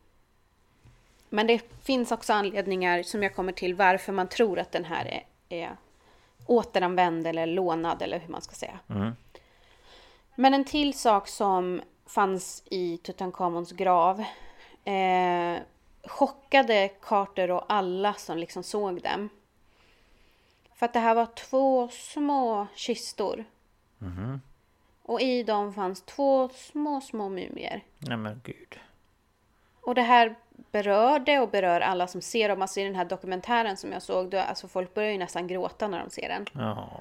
Men det finns också anledningar som jag kommer till varför man tror att den här är, är återanvänd eller lånad eller hur man ska säga. Mm. Men en till sak som fanns i Tutankhamons grav eh, chockade Carter och alla som liksom såg dem. För att det här var två små kistor. Mm. Och i dem fanns två små, små mumier. Nej men gud. Och det här berörde och berör alla som ser dem. Alltså i den här dokumentären som jag såg. Då, alltså folk börjar ju nästan gråta när de ser den. Ja.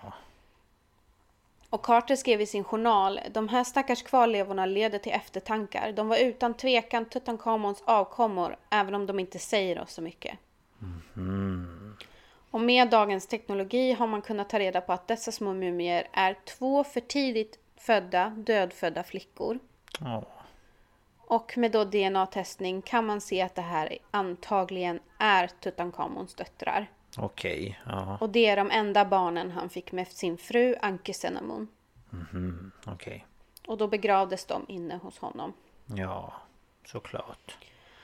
Och Carter skrev i sin journal. De här stackars kvarlevorna leder till eftertankar. De var utan tvekan Tutankhamons avkommor. Även om de inte säger oss så mycket. Mm. Och med dagens teknologi har man kunnat ta reda på att dessa små mumier är två för tidigt födda, dödfödda flickor. Ja. Och med då D N A-testning kan man se att det här antagligen är Tutankhamons döttrar. Okej, okay, ja. Och det är de enda barnen han fick med sin fru Ankhesenamun. Mhm, okej. Okay. Och då begravdes de inne hos honom. Ja, såklart.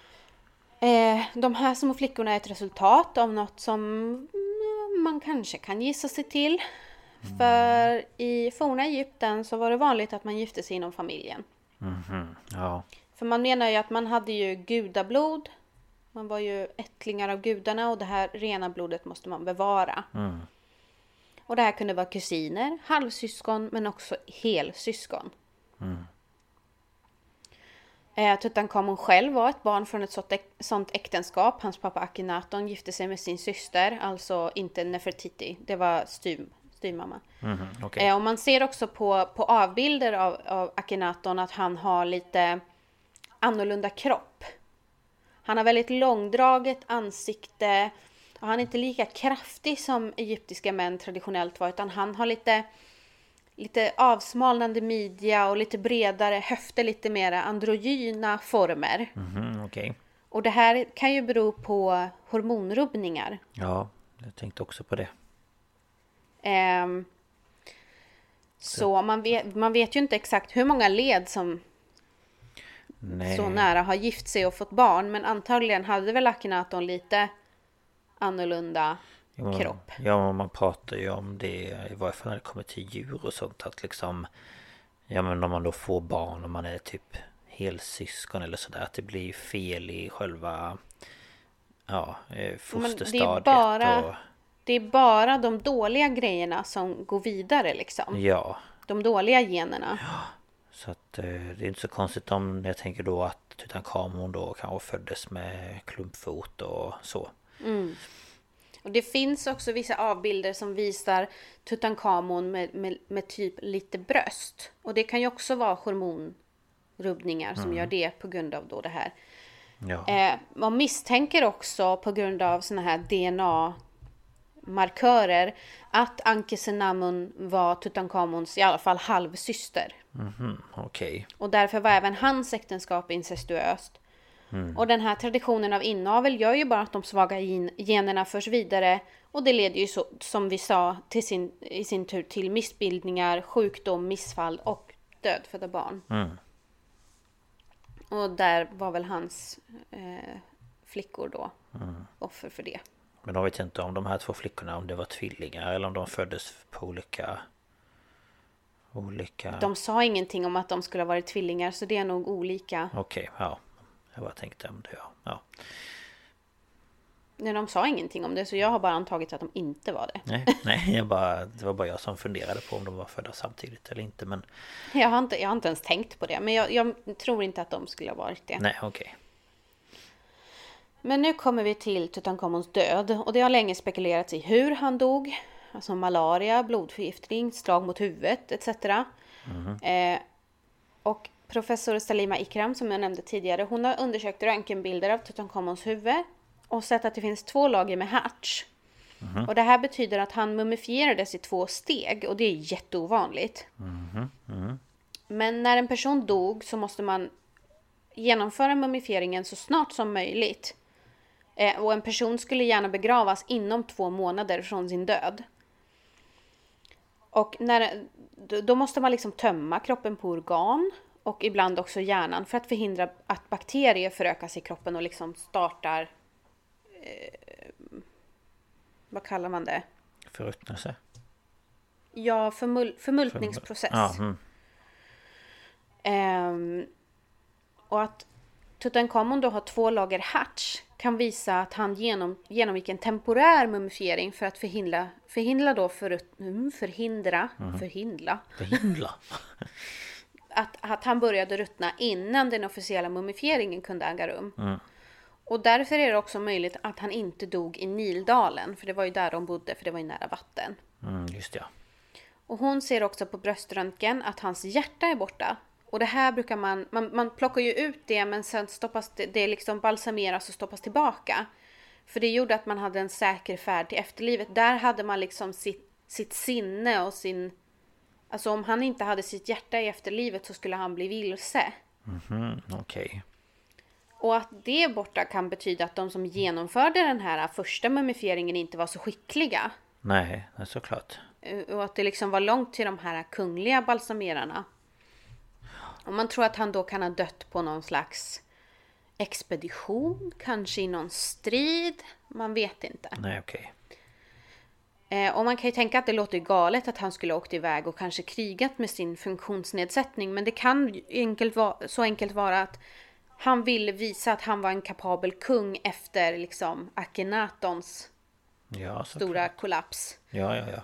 Eh, de här små flickorna är ett resultat av något som man kanske kan gissa sig till. Mm. För i forna Egypten så var det vanligt att man gifte sig inom familjen. Mhm, ja. För man menar ju att man hade ju gudablod. Man var ju ättlingar av gudarna och det här rena blodet måste man bevara. Mm. Och det här kunde vara kusiner, halvsyskon men också helsyskon. Mm. Eh, Tutankhamon själv var ett barn från ett sånt, äk- sånt äktenskap. Hans pappa Akhenaton gifte sig med sin syster, alltså inte Nefertiti. Det var styv, styvmamma. Mm, okay. eh, och man ser också på, på avbilder av, av Akhenaton att han har lite annorlunda kropp. Han har väldigt långdraget ansikte och han är inte lika kraftig som egyptiska män traditionellt var, utan han har lite, lite avsmalnande midja och lite bredare höfter, lite mer androgyna former. Mm, okay. Och det här kan ju bero på hormonrubbningar. Ja, jag tänkte också på det. Um, så man vet, man vet ju inte exakt hur många led som Nej. så nära har gift sig och fått barn. Men antagligen hade väl Akhenaton lite annorlunda ja, man, kropp. Ja, man pratar ju om det i varje fall när det kommer till djur och sånt. Att liksom, ja men om man då får barn och man är typ helsyskon eller sådär. Att det blir fel i själva ja, fosterstadiet. Men det är bara, och... det är bara de dåliga grejerna som går vidare liksom. Ja. De dåliga generna. Ja. Så att eh, det är inte så konstigt om jag tänker då att Tutankhamon då kanske föddes med klumpfot och så. Mm. Och det finns också vissa avbilder som visar Tutankhamon med, med, med typ lite bröst. Och det kan ju också vara hormonrubbningar som mm. gör det på grund av då det här. Ja. Eh, man misstänker också på grund av såna här D N A-markörer att Ankhesenamun var Tutankhamons i alla fall halvsyster. Mm-hmm, okej. Okay. Och därför var även hans äktenskap incestuöst. Mm. Och den här traditionen av inavel gör ju bara att de svaga generna förs vidare. Och det leder ju så, som vi sa till sin, i sin tur till missbildningar, sjukdom, missfall och dödfödda barn. Mm. Och där var väl hans eh, flickor då mm. offer för det. Men de vet inte om de här två flickorna, om det var tvillingar eller om de föddes på olika olika... De sa ingenting om att de skulle ha varit tvillingar, så det är nog olika. Okej, okay, ja. Jag bara tänkte om det, ja. ja. Nej, de sa ingenting om det, så jag har bara antagit att de inte var det. Nej, nej jag bara, det var bara jag som funderade på om de var födda samtidigt eller inte. Men... Jag, har inte, jag har inte ens tänkt på det, men jag, jag tror inte att de skulle ha varit det. Nej, okej. Okay. Men nu kommer vi till Tutankhamons död, och det har länge spekulerats i hur han dog. Alltså malaria, blodförgiftning, slag mot huvudet et cetera. Mm. Eh, och professor Salima Ikram, som jag nämnde tidigare, hon har undersökt röntgenbilder av Tutankhamons huvud och sett att det finns två lager med harts. Mm. Och det här betyder att han mumifierades i två steg, och det är jätteovanligt. Mm. Mm. Men när en person dog så måste man genomföra mumifieringen så snart som möjligt. Eh, och en person skulle gärna begravas inom två månader från sin död. Och när, då måste man liksom tömma kroppen på organ och ibland också hjärnan för att förhindra att bakterier förökas i kroppen och liksom startar, eh, vad kallar man det? Förruttnelse? Ja, förmul- förmultningsprocess. Ja, mm. ehm, och att Tutankhamon då har två lager harts kan visa att han genom, genomgick en temporär mumifiering för att förhindra, förhindra då för, förhindra, mm. förhindra, förhindra. att, att han började ruttna innan den officiella mumifieringen kunde äga rum. Mm. Och därför är det också möjligt att han inte dog i Nildalen, för det var ju där de bodde, för det var ju nära vatten. Mm, just det. Och hon ser också på bröströntgen att hans hjärta är borta. Och det här brukar man, man, man plockar ju ut det, men sen stoppas det, det liksom balsameras och stoppas tillbaka. För det gjorde att man hade en säker färd till efterlivet. Där hade man liksom sitt, sitt sinne och sin, alltså om han inte hade sitt hjärta i efterlivet så skulle han bli vilse. Mhm, okej. Okay. Och att det borta kan betyda att de som genomförde den här första mumifieringen inte var så skickliga. Nej, det är såklart. Och att det liksom var långt till de här kungliga balsamerarna. Och man tror att han då kan ha dött på någon slags expedition, kanske i någon strid. Man vet inte. Nej, okej. Okay. Eh, och man kan ju tänka att det låter galet att han skulle ha åkt iväg och kanske krigat med sin funktionsnedsättning. Men det kan enkelt vara, så enkelt vara att han ville visa att han var en kapabel kung efter liksom Akhenatons ja, stora kollaps. Ja, ja, ja.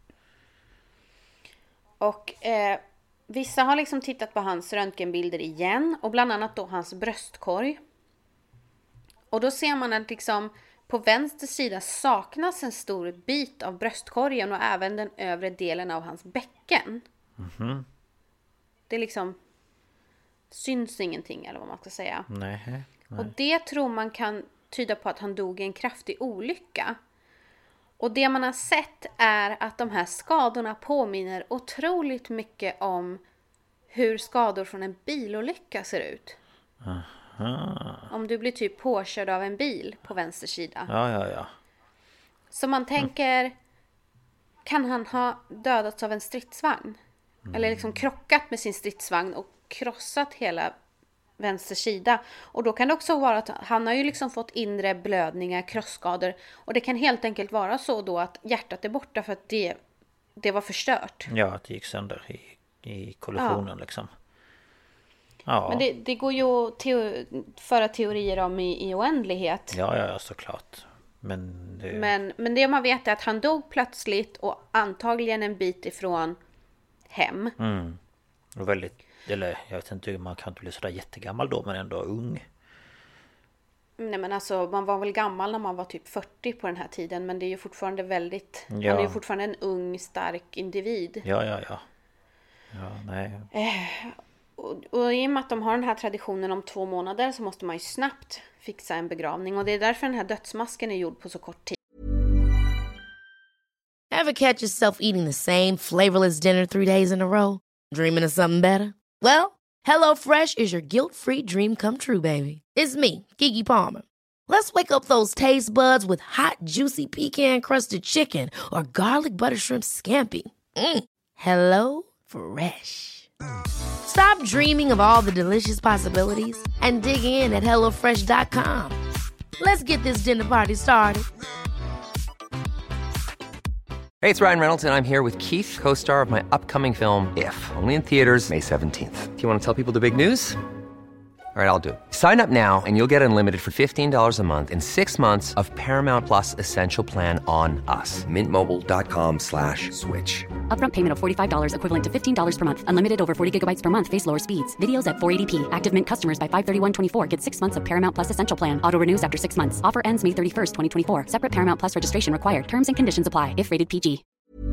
Och eh, vissa har liksom tittat på hans röntgenbilder igen. Och bland annat då hans bröstkorg. Och då ser man att liksom på vänster sida saknas en stor bit av bröstkorgen. Och även den övre delen av hans bäcken. Mm-hmm. Det är liksom syns ingenting, eller vad man ska säga. Nej, nej. Och det tror man kan tyda på att han dog i en kraftig olycka. Och det man har sett är att de här skadorna påminner otroligt mycket om hur skador från en bilolycka ser ut. Aha. Om du blir typ påkörd av en bil på vänster sida. Ja, ja, ja. Så man tänker, mm. kan han ha dödats av en stridsvagn? Mm. Eller liksom krockat med sin stridsvagn och krossat hela vänster sida. Och då kan det också vara att han har ju liksom fått inre blödningar, krossskador. Och det kan helt enkelt vara så då att hjärtat är borta för att det, det var förstört. Ja, att det gick sönder i, i kollisionen ja. liksom. Ja. Men det, det går ju att teo- föra teorier om i, i oändlighet. Ja, ja, såklart. Men det... Men, men det man vet är att han dog plötsligt och antagligen en bit ifrån hem. Mm. Och väldigt, eller jag vet inte, man kan inte bli sådär jättegammal då, men ändå ung. Nej, men alltså man var väl gammal när man var typ fyrtio på den här tiden, men det är ju fortfarande väldigt, ja. han är ju fortfarande en ung, stark individ. Ja, ja, ja. Ja, nej. Eh, och, och i och med att de har den här traditionen om två månader så måste man ju snabbt fixa en begravning, och det är därför den här dödsmasken är gjord på så kort tid. Ever catch yourself eating the same flavorless dinner three days in a row? Dreaming of something better? Well, HelloFresh is your guilt-free dream come true, baby. It's me, Keke Palmer. Let's wake up those taste buds with hot, juicy pecan-crusted chicken or garlic butter shrimp scampi. Mm. Hello Fresh. Stop dreaming of all the delicious possibilities and dig in at hello fresh dot com. Let's get this dinner party started. Hey, it's Ryan Reynolds, and I'm here with Keith, co-star of my upcoming film, If, only in theaters May seventeenth. Do you want to tell people the big news? All right, I'll do it. Sign up now and you'll get unlimited for fifteen dollars a month and six months of Paramount Plus Essential Plan on us. Mint Mobile dot com slash switch. Upfront payment of forty-five dollars equivalent to fifteen dollars per month. Unlimited over forty gigabytes per month. Face lower speeds. Videos at four eighty p. Active Mint customers by five thirty-one twenty-four get six months of Paramount Plus Essential Plan. Auto renews after six months. Offer ends May thirty-first, twenty twenty-four. Separate Paramount Plus registration required. Terms and conditions apply if rated P G.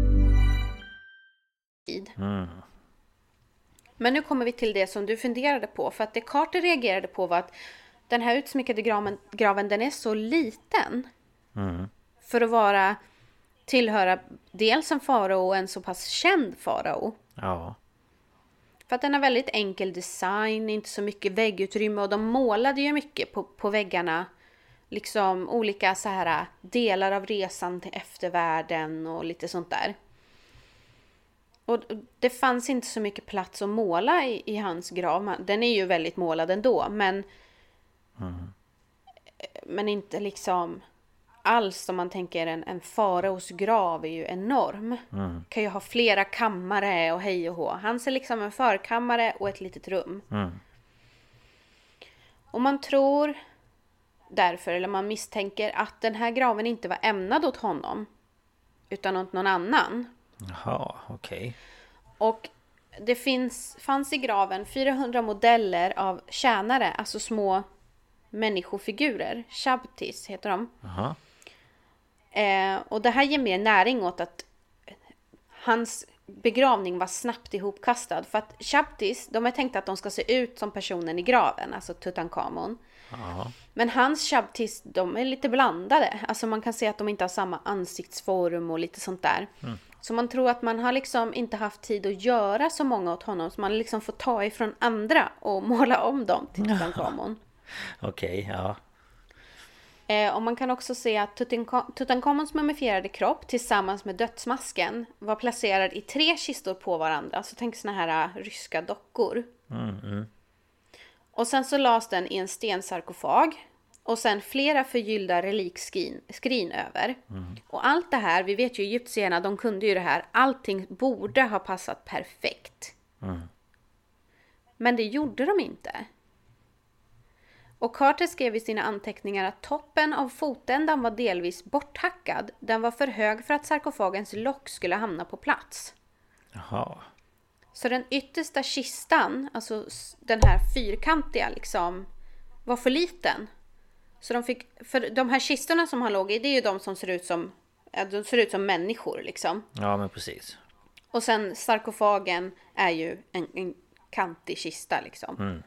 Mm. Men nu kommer vi till det som du funderade på. För att det Carter reagerade på var att den här utsmyckade graven, graven den är så liten. Mm. För att vara tillhöra dels en farao och en så pass känd farao. Ja. För att den har väldigt enkel design, inte så mycket väggutrymme. Och de målade ju mycket på, på väggarna. Liksom olika så här delar av resan till eftervärlden och lite sånt där. Och det fanns inte så mycket plats att måla i, i hans grav. Den är ju väldigt målad ändå. Men, mm. men inte liksom alls om man tänker en, en faraos grav är ju enorm. Mm. Kan ju ha flera kammare och hej och hå. Hans är liksom en förkammare och ett litet rum. Mm. Och man tror därför, eller man misstänker att den här graven inte var ämnad åt honom. Utan åt någon annan. Jaha, okej. Okay. Och det finns, fanns i graven fyrahundra modeller av tjänare, alltså små människofigurer. Shabtis heter de. Jaha. Eh, och det här ger mer näring åt att hans begravning var snabbt ihopkastad. För att Shabtis, de är tänkt att de ska se ut som personen i graven, alltså Tutankhamon. Jaha. Men hans Shabtis, de är lite blandade. Alltså man kan se att de inte har samma ansiktsform och lite sånt där. Mm. Så man tror att man har liksom inte haft tid att göra så många åt honom. Så man liksom får ta ifrån andra och måla om dem till Tutankhamon. Okej, okay, ja. Eh, och man kan också se att Tutank- Tutankhamons mumifierade kropp tillsammans med dödsmasken var placerad i tre kistor på varandra. Så tänk såna här uh, ryska dockor. Mm, mm. Och sen så lades den i en stensarkofag. Och sen flera förgyllda relikskrin skrin över. Mm. Och allt det här, vi vet ju egyptierna, de kunde ju det här. Allting borde ha passat perfekt. Mm. Men det gjorde de inte. Och Carter skrev i sina anteckningar att toppen av fotändan var delvis borthackad. Den var för hög för att sarkofagens lock skulle hamna på plats. Jaha. Så den yttersta kistan, alltså den här fyrkantiga liksom, var för liten. Så de fick, för de här kistorna som han låg i, det är ju de som ser ut som, de ser ut som människor liksom. Ja, men precis. Och sen sarkofagen är ju en, en kantig kista liksom. Mm.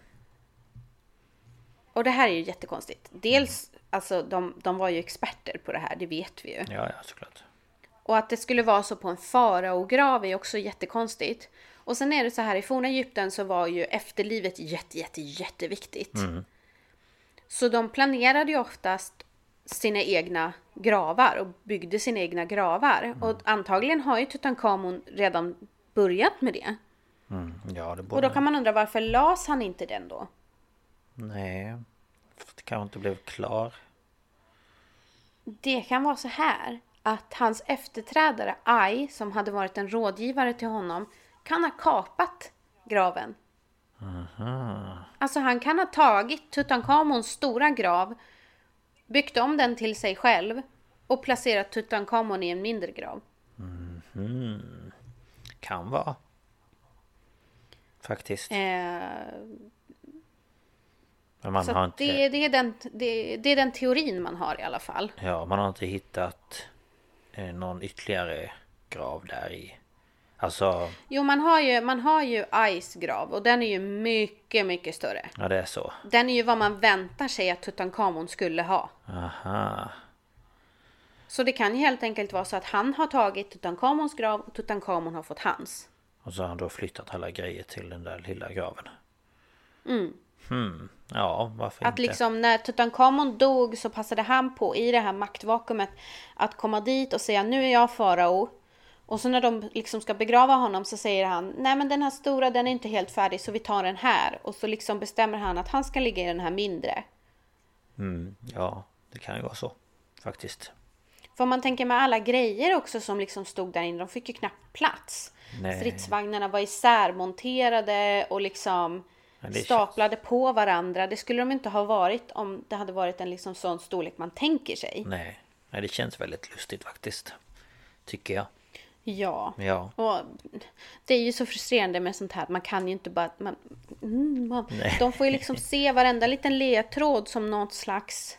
Och det här är ju jättekonstigt. Dels, mm. alltså de, de var ju experter på det här, det vet vi ju. Ja, ja, såklart. Och att det skulle vara så på en faraograve är också jättekonstigt. Och sen är det så här, i forna Egypten så var ju efterlivet jätte, jätte, jätteviktigt. Mm. Så de planerade ju oftast sina egna gravar och byggde sina egna gravar. Mm. Och antagligen har ju Tutankhamon redan börjat med det. Mm. Ja, det borde... Och då kan man undra, varför las han inte den då? Nej, det kan inte blev klar. Det kan vara så här att hans efterträdare Ai, som hade varit en rådgivare till honom, kan ha kapat graven. Aha. Alltså han kan ha tagit Tutankhamons stora grav, byggt om den till sig själv och placerat Tutankhamon i en mindre grav. Mm-hmm. Kan vara. Faktiskt. Eh, Men man så har inte... det, det, är den, det, det är den teorin man har i alla fall. Ja, man har inte hittat eh, någon ytterligare grav där i. Alltså... Jo, man har ju, man har ju Ais grav och den är ju mycket, mycket större. Ja, det är så. Den är ju vad man väntar sig att Tutankhamon skulle ha. Aha. Så det kan ju helt enkelt vara så att han har tagit Tutankhamons grav och Tutankhamon har fått hans. Och så har han då flyttat alla grejer till den där lilla graven. Mm. Hmm. Ja, varför att inte? Liksom när Tutankhamon dog så passade han på i det här maktvakuumet att komma dit och säga, nu är jag farao. Och så när de liksom ska begrava honom så säger han, nej men den här stora, den är inte helt färdig så vi tar den här. Och så liksom bestämmer han att han ska ligga i den här mindre. Mm, ja, det kan ju vara så faktiskt. För man tänker med alla grejer också som liksom stod där inne, de fick ju knappt plats. Nej. Stridsvagnarna var isärmonterade och liksom Ja, staplade känns... på varandra. Det skulle de inte ha varit om det hade varit en liksom sån storlek man tänker sig. Nej. Nej, det känns väldigt lustigt faktiskt. Tycker jag. Ja. ja. Och det är ju så frustrerande med sånt här. Man kan ju inte bara... Man, mm, man, de får ju liksom se varenda liten ledtråd som något slags...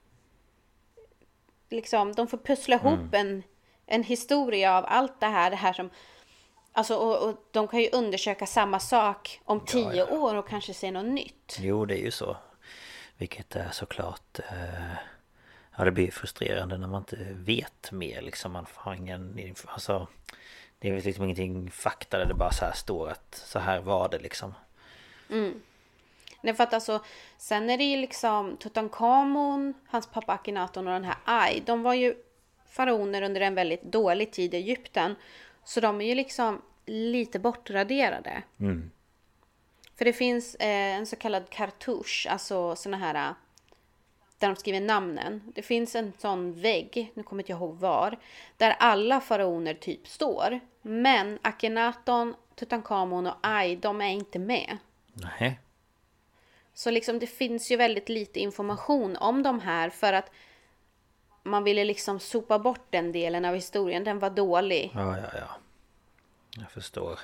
Liksom, de får pussla ihop mm. en, en historia av allt det här. Det här som... Alltså, och, och de kan ju undersöka samma sak om tio ja, ja. år och kanske se något nytt. Jo, det är ju så. Vilket är såklart... Eh, ja, det blir frustrerande när man inte vet mer. Liksom, man har ingen... Alltså, det är liksom ingenting fakta där det bara så här står att så här var det liksom. Mm. Nej, för att alltså... Sen är det ju liksom Tutankhamon, hans pappa Akhenaton och den här Ai. De var ju faraoner under en väldigt dålig tid i Egypten. Så de är ju liksom lite bortraderade. Mm. För det finns eh, en så kallad cartouche. Alltså såna här... Där de skriver namnen. Det finns en sån vägg. Nu kommer inte jag ihåg var. Där alla faraoner typ står. Men Akhenaton, Tutankhamon och Ai, de är inte med. Nej. Så liksom det finns ju väldigt lite information om de här. För att man ville liksom sopa bort den delen av historien. Den var dålig. Ja, ja, ja. Jag förstår.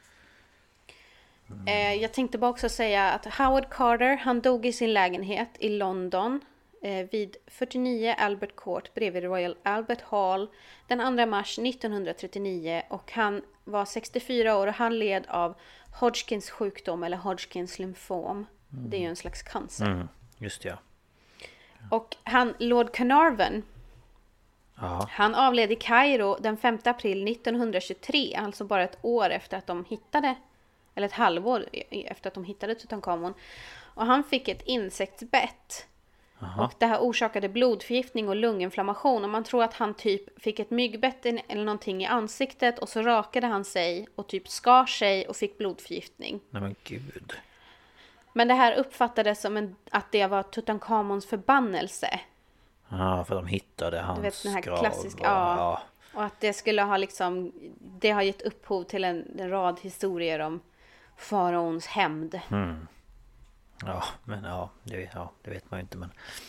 Mm. Eh, jag tänkte bara också säga att Howard Carter, han dog i sin lägenhet i London. Eh, vid fyrtionio Albert Court bredvid Royal Albert Hall. Den andra mars nittonhundratrettionio. Och han var sextiofyra år och han led av Hodgkins sjukdom eller Hodgkins lymfom. Mm. Det är ju en slags cancer. Mm. Just det, ja. Och han, Lord Carnarvon, Aha. han avled i Kairo den femte april nittonhundratjugotre, alltså bara ett år efter att de hittade, eller ett halvår efter att de hittade Tutankhamon. Och han fick ett insektsbett. Aha. Och det här orsakade blodförgiftning och lunginflammation. Och man tror att han typ fick ett myggbett eller någonting i ansiktet och så rakade han sig och typ skar sig och fick blodförgiftning. Nej men gud. Men det här uppfattades som en, att det var Tutankhamons förbannelse. Ja, för de hittade hans du vet, den här grav. Klassiska, och, ja. ja. Och att det skulle ha liksom... Det har gett upphov till en, en rad historier om faraons hämnd. Mm. Ja, men ja det, ja, det vet man ju inte. Men,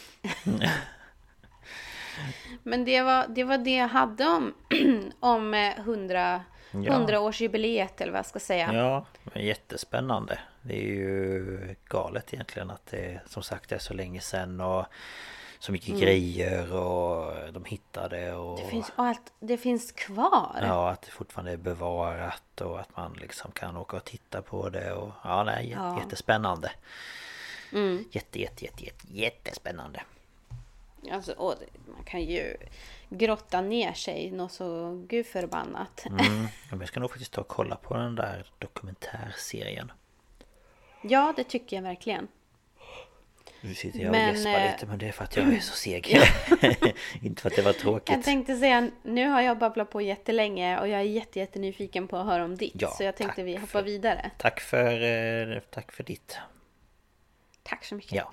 men det, var, det var det jag hade om, om hundra, ja. hundraårsjubileet eller vad jag ska säga. Ja, men jättespännande. Det är ju galet egentligen att det som sagt är så länge sedan och så mycket mm. grejer och de hittade och... Det finns, och allt, det finns kvar. Ja, att det fortfarande är bevarat och att man liksom kan åka och titta på det och ja, nej, jätte, ja. jättespännande. Mm. Jätte, jätte, jätte, jätte, jättespännande. Alltså, och man kan ju grotta ner sig något så gud förbannat. Mm. Jag ska nog faktiskt ta och kolla på den där dokumentärserien. Ja, det tycker jag verkligen. Nu sitter jag men, och gäspar lite, men det är för att jag är så seg. Inte för att det var tråkigt. Jag tänkte säga, nu har jag babblat på jättelänge och jag är jätte, jätte nyfiken på att höra om ditt. Ja, så jag tänkte vi hoppar för, vidare. Tack för, tack för ditt. Tack så mycket. Ja.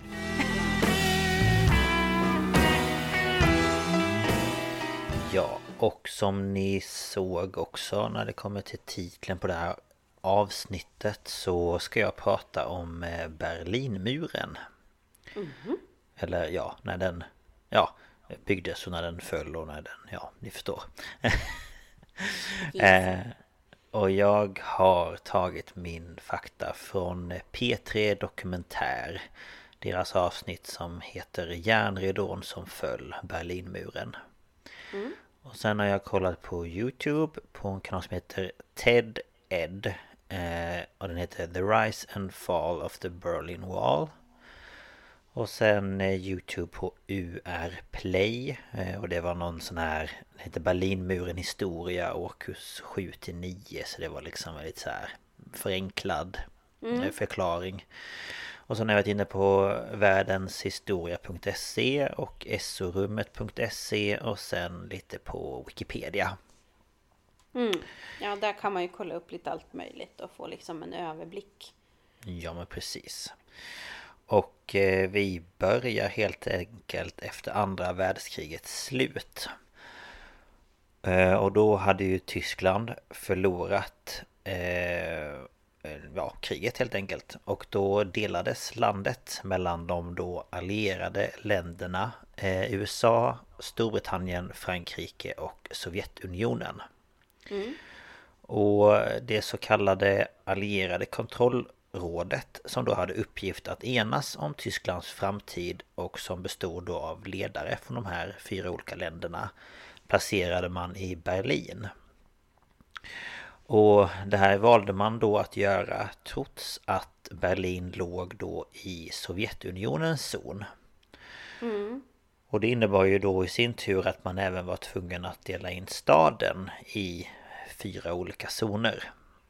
Ja, och som ni såg också när det kommer till titeln på det här avsnittet så ska jag prata om Berlinmuren. Mm-hmm. Eller ja, när den ja, byggdes och när den föll och när den, ja, ni förstår. eh, och jag har tagit min fakta från P tre Dokumentär. Deras avsnitt som heter Järnridån som föll, Berlinmuren. Mm. Och sen har jag kollat på YouTube på en kanal som heter Ted Ed. Eh, och den heter The Rise and Fall of the Berlin Wall. Och sen eh, YouTube på U R Play. Eh, och det var någon sån här, det heter Berlinmuren historia, årskurs sju till nio. Så det var liksom en lite så här förenklad mm. eh, förklaring. Och så har jag varit inne på världenshistoria punkt se och essorummet punkt se och sen lite på Wikipedia. Mm. Ja, där kan man ju kolla upp lite allt möjligt och få liksom en överblick. Ja, men precis. Och eh, vi börjar helt enkelt efter andra världskrigets slut. Eh, och då hade ju Tyskland förlorat eh, ja, kriget helt enkelt. Och då delades landet mellan de då allierade länderna eh, U S A, Storbritannien, Frankrike och Sovjetunionen. Mm. Och det så kallade allierade kontrollrådet som då hade uppgift att enas om Tysklands framtid och som bestod då av ledare från de här fyra olika länderna placerade man i Berlin. Och det här valde man då att göra trots att Berlin låg då i Sovjetunionens zon. Mm. Och det innebar ju då i sin tur att man även var tvungen att dela in staden i fyra olika zoner.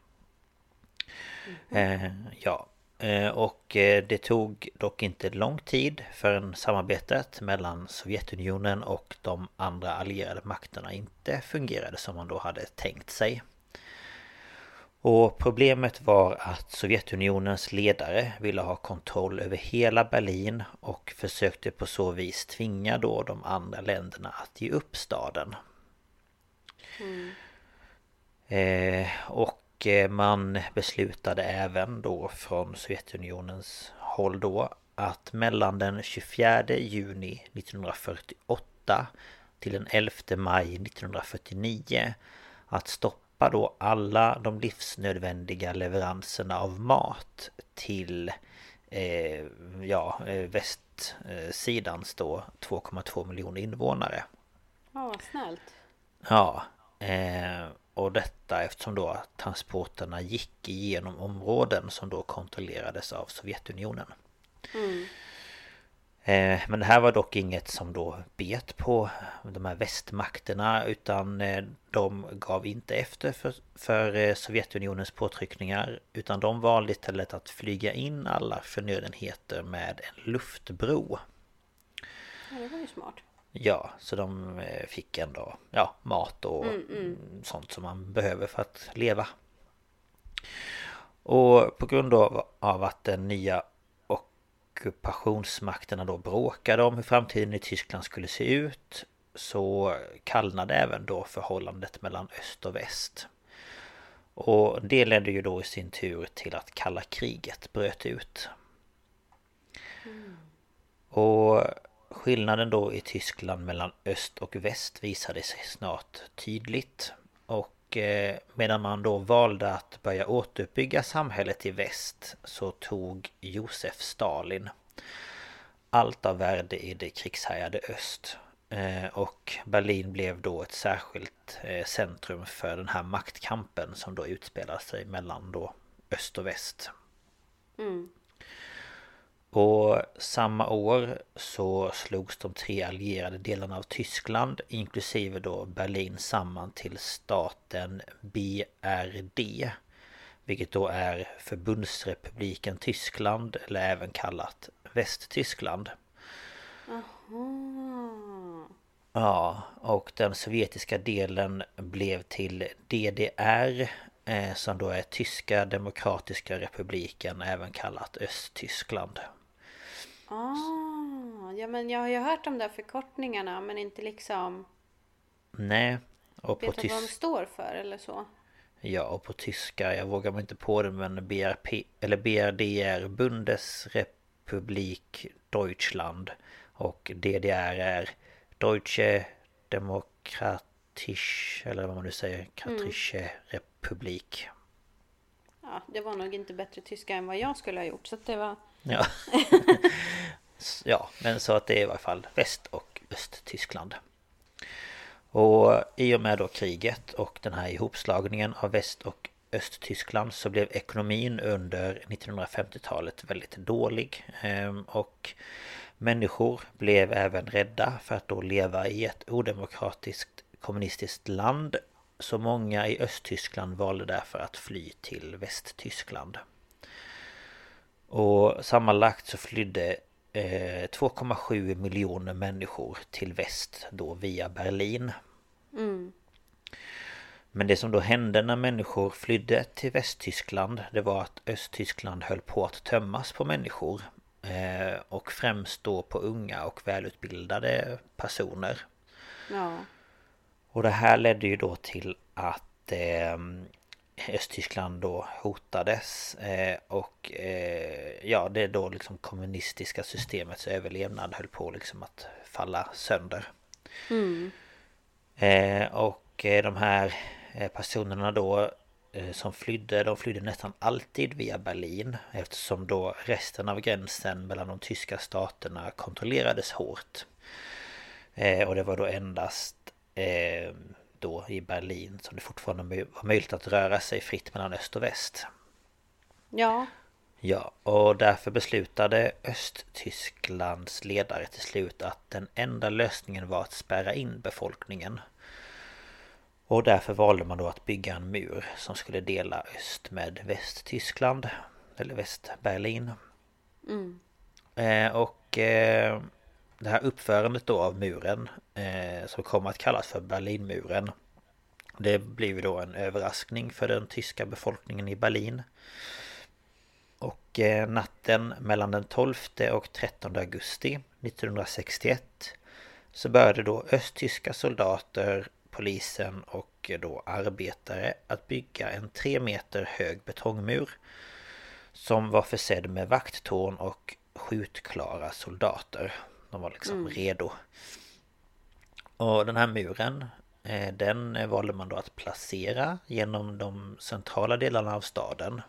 Mm. Eh, ja, eh, och det tog dock inte lång tid förrän samarbetet mellan Sovjetunionen och de andra allierade makterna inte fungerade som man då hade tänkt sig. Och problemet var att Sovjetunionens ledare ville ha kontroll över hela Berlin och försökte på så vis tvinga då de andra länderna att ge upp staden. Mm. Eh, och man beslutade även då från Sovjetunionens håll då att mellan den tjugofjärde juni nittonhundrafyrtioåtta till den elfte maj nittonhundrafyrtionio att stoppa då alla de livsnödvändiga leveranserna av mat till eh, ja, västsidans då två komma två miljoner invånare. Ja, vad snällt. Ja, eh, och detta eftersom då transporterna gick igenom områden som då kontrollerades av Sovjetunionen. Mm. Eh, men det här var dock inget som då bet på de här västmakterna utan eh, de gav inte efter för, för eh, Sovjetunionens påtryckningar utan de valde istället att flyga in alla förnödenheter med en luftbro. Ja, det var ju smart. Ja, så de fick ändå ja, mat och mm, mm. sånt som man behöver för att leva. Och på grund av att den nya ockupationsmakterna då bråkade om hur framtiden i Tyskland skulle se ut så kallnade även då förhållandet mellan öst och väst. Och det ledde ju då i sin tur till att kalla kriget bröt ut. Mm. Och skillnaden då i Tyskland mellan öst och väst visade sig snart tydligt. Och eh, medan man då valde att börja återuppbygga samhället i väst så tog Josef Stalin allt av värde i det krigshärjade öst. Eh, och Berlin blev då ett särskilt eh, centrum för den här maktkampen som då utspelar sig mellan då öst och väst. Mm. Och samma år så slogs de tre allierade delarna av Tyskland inklusive då Berlin samman till staten B R D, vilket då är Förbundsrepubliken Tyskland eller även kallat Västtyskland. Aha. Ja, och den sovjetiska delen blev till D D R eh, som då är Tyska Demokratiska Republiken, även kallat Östtyskland. Ah, ja men jag har ju hört de där förkortningarna men inte liksom. Nej. Och på vet du vad de står för eller så? Ja, och på tyska, jag vågar mig inte på det, men B R P eller B R D är Bundesrepublik Deutschland och D D R är Deutsche Demokratische eller vad man nu säger, Kratische mm. Republik. Ja, det var nog inte bättre tyska än vad jag skulle ha gjort så att det var. Ja. Ja, men så att det är i alla fall Väst- och Östtyskland. Och i och med då kriget och den här ihopslagningen av Väst- och Östtyskland så blev ekonomin under nittonhundrafemtiotalet väldigt dålig. Och människor blev även rädda för att då leva i ett odemokratiskt kommunistiskt land. Så många i Östtyskland valde därför att fly till Västtyskland. Och sammanlagt så flydde eh, två komma sju miljoner människor till väst då via Berlin. Mm. Men det som då hände när människor flydde till Västtyskland, det var att Östtyskland höll på att tömmas på människor. Eh, och främst då på unga och välutbildade personer. Ja. Och det här ledde ju då till att eh, Östtyskland då hotades eh, och eh, ja, det är då liksom kommunistiska systemets överlevnad höll på liksom att falla sönder. Mm. Eh, och eh, de här personerna då eh, som flydde, de flydde nästan alltid via Berlin eftersom då resten av gränsen mellan de tyska staterna kontrollerades hårt. Eh, och det var då endast eh, då i Berlin som det fortfarande var möjligt att röra sig fritt mellan öst och väst. Ja. Ja, och därför beslutade Östtysklands ledare till slut att den enda lösningen var att spärra in befolkningen. Och därför valde man då att bygga en mur som skulle dela öst med Västtyskland, eller Västberlin. Mm. Eh, och eh, det här uppförandet då av muren eh, som kommer att kallas för Berlinmuren, det blev då en överraskning för den tyska befolkningen i Berlin. Och eh, natten mellan den tolfte och trettonde augusti nittonhundrasextioett så började då östtyska soldater, polisen och då arbetare att bygga en tre meter hög betongmur som var försedd med vakttorn och skjutklara soldater. De var liksom mm. redo. Och den här muren, den valde man då att placera genom de centrala delarna av staden.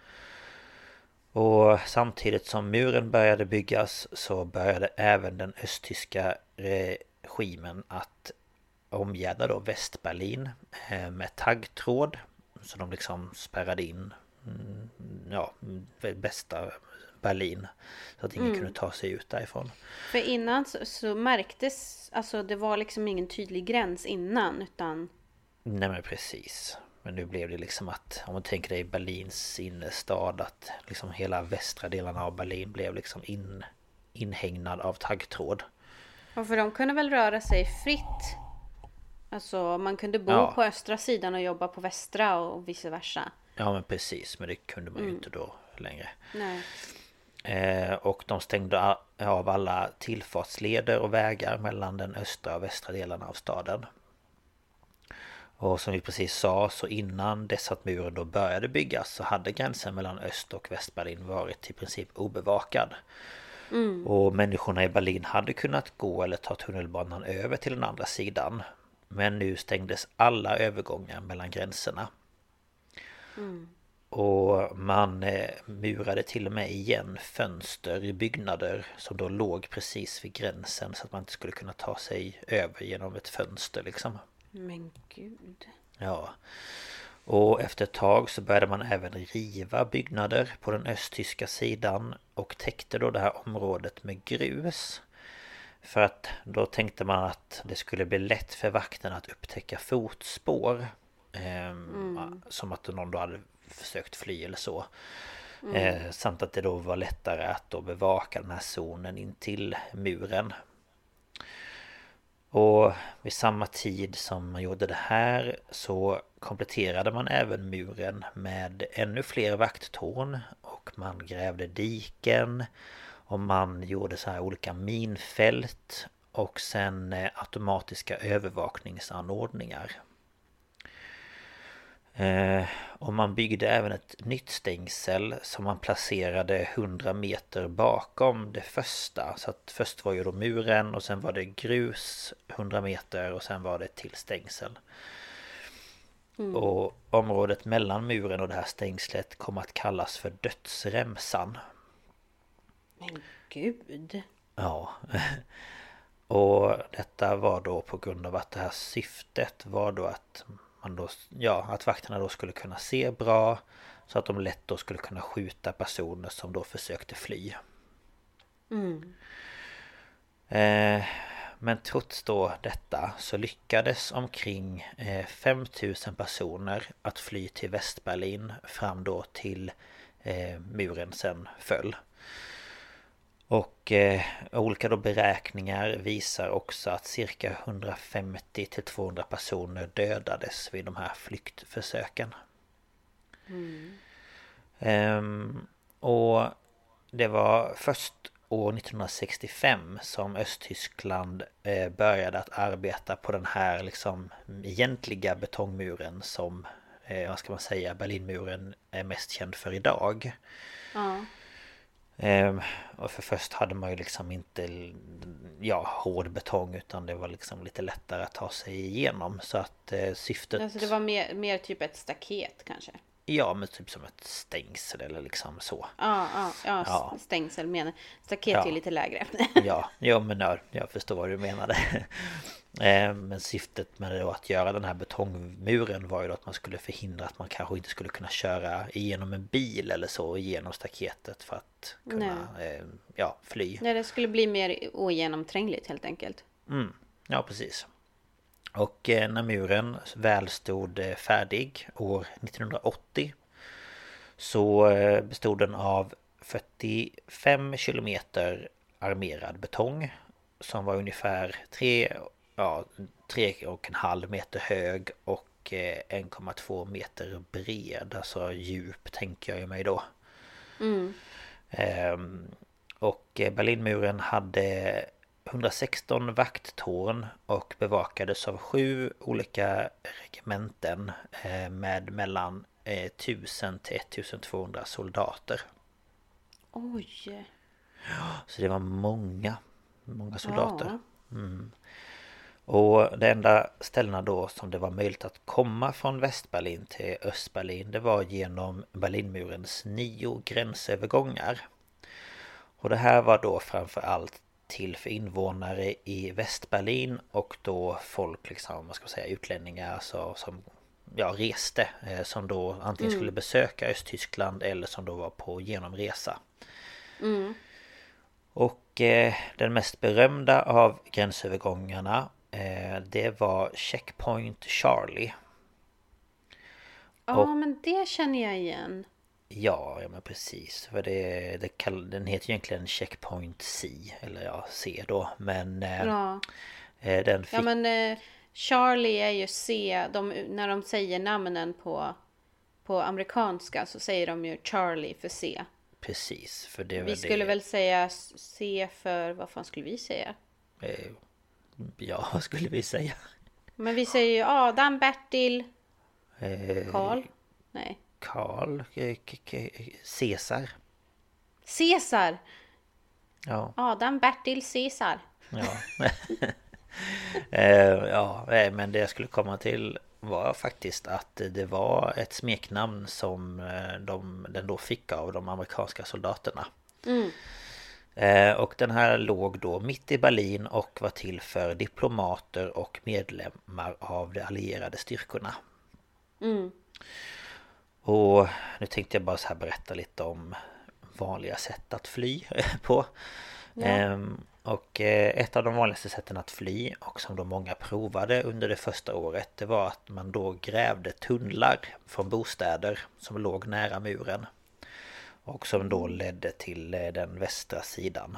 Och samtidigt som muren började byggas så började även den östtyska regimen att omgärda då Västberlin med taggtråd. Så de liksom spärrade in ja, bästa Berlin så att ingen mm. kunde ta sig ut därifrån. För innan så, så märktes, alltså det var liksom ingen tydlig gräns innan utan... Nej men precis. Men nu blev det liksom att, om man tänker dig Berlins innerstad, att liksom hela västra delarna av Berlin blev liksom in, inhägnad av taggtråd. Och för de kunde väl röra sig fritt. Alltså man kunde bo ja. på östra sidan och jobba på västra och vice versa. Ja men precis, men det kunde man ju mm. inte då längre. Nej. Eh, och de stängde av alla tillfartsleder och vägar mellan den östra och västra delarna av staden. Och som vi precis sa, så innan dess att muren då började byggas så hade gränsen mellan Öst- och Västberlin varit i princip obevakad. Mm. Och människorna i Berlin hade kunnat gå eller ta tunnelbanan över till den andra sidan. Men nu stängdes alla övergångar mellan gränserna. Mm. Och man murade till och med igen fönster i byggnader som då låg precis vid gränsen så att man inte skulle kunna ta sig över genom ett fönster liksom. Men gud. Ja. Och efter ett tag så började man även riva byggnader på den östtyska sidan och täckte då det här området med grus. För att då tänkte man att det skulle bli lätt för vakterna att upptäcka fotspår. Eh, mm. Som att någon då hade försökt fly eller så. Mm. Eh, samt att det då var lättare att då bevaka den här zonen in till muren. Och vid samma tid som man gjorde det här så kompletterade man även muren med ännu fler vakttorn och man grävde diken och man gjorde så här olika minfält och sen automatiska övervakningsanordningar. Eh, och man byggde även ett nytt stängsel som man placerade hundra meter bakom det första. Så att först var ju då muren och sen var det grus hundra meter och sen var det ett till stängsel. Mm. Och området mellan muren och det här stängslet kom att kallas för dödsremsan. Men gud! Ja. Och detta var då på grund av att det här syftet var då att man då, ja, att vakterna då skulle kunna se bra så att de lätt då skulle kunna skjuta personer som då försökte fly. Mm. Eh, men trots då detta så lyckades omkring eh, fem tusen personer att fly till Västberlin fram då till eh, muren sen föll. Och eh, olika då beräkningar visar också att cirka etthundrafemtio till tvåhundra personer dödades vid de här flyktförsöken. Mm. Ehm, och det var först år nittonhundrasextiofem som Östtyskland eh, började att arbeta på den här liksom egentliga betongmuren som, eh, vad ska man säga, Berlinmuren är mest känd för idag. Ja. Eh, och för först hade man ju liksom inte ja, hård betong utan det var liksom lite lättare att ta sig igenom. Så att eh, syftet... Alltså det var mer, mer typ ett staket kanske? Ja, men typ som ett stängsel eller liksom så. Ja, ja, ja, Ja. stängsel menar. Staket Ja. är ju lite lägre. Ja, ja men jag, jag förstår vad du menade. Eh, Men syftet med det då att göra den här betongmuren var ju då att man skulle förhindra att man kanske inte skulle kunna köra igenom en bil eller så igenom staketet för att kunna eh, ja, fly. Nej, det skulle bli mer ogenomträngligt helt enkelt. Mm, ja, precis. Och eh, när muren väl stod eh, färdig år nittonhundraåttio så eh, bestod den av fyrtiofem kilometer armerad betong som var ungefär tre, ja, tre och en halv meter hög och eh, en komma två meter bred, alltså djup tänker jag ju mig då. Mm. Ehm, och eh, Berlinmuren hade hundrasexton vakttorn och bevakades av sju olika regementen eh, med mellan eh, tusen till ettusentvåhundra soldater. Oj! Så det var många, många soldater. Ja. Mm. Och det enda ställena då som det var möjligt att komma från Västberlin till Östberlin, det var genom Berlinmurens nio gränsövergångar. Och det här var då framför allt till för invånare i Västberlin och då folk liksom, vad ska man säga, utlänningar alltså, som ja, reste eh, som då antingen Mm. skulle besöka Östtyskland eller som då var på genomresa. Mm. Och eh, den mest berömda av gränsövergångarna eh, det var Checkpoint Charlie. Ja, Och- men det känner jag igen. Ja, ja men precis. För det, det kall, den heter ju egentligen Checkpoint C. Eller ja, C då. Men eh, Ja, eh, den fick... ja men eh, Charlie är ju C. De, när de säger namnen på, på amerikanska så säger de ju Charlie för C. Precis, för det är Vi väl skulle det, väl säga C för, vad fan skulle vi säga? eh, ja, vad skulle vi säga? Men vi säger ju Adam, Bertil, Eh, Karl. Nej. Karl, eh, K- K- Caesar. Caesar. Ja, Adam, Bertil, Caesar. ja. eh, ja, nej, men det jag skulle komma till var faktiskt att det var ett smeknamn som eh, de, den då fick av de amerikanska soldaterna. Mm. Eh, och den här låg då mitt i Berlin och var till för diplomater och medlemmar av de allierade styrkorna. Mm. Och nu tänkte jag bara så här berätta lite om vanliga sätt att fly på. Ja. Ehm, och eh, ett av de vanligaste sätten att fly och som då många provade under det första året, det var att man då grävde tunnlar från bostäder som låg nära muren. Och som då ledde till eh, den västra sidan.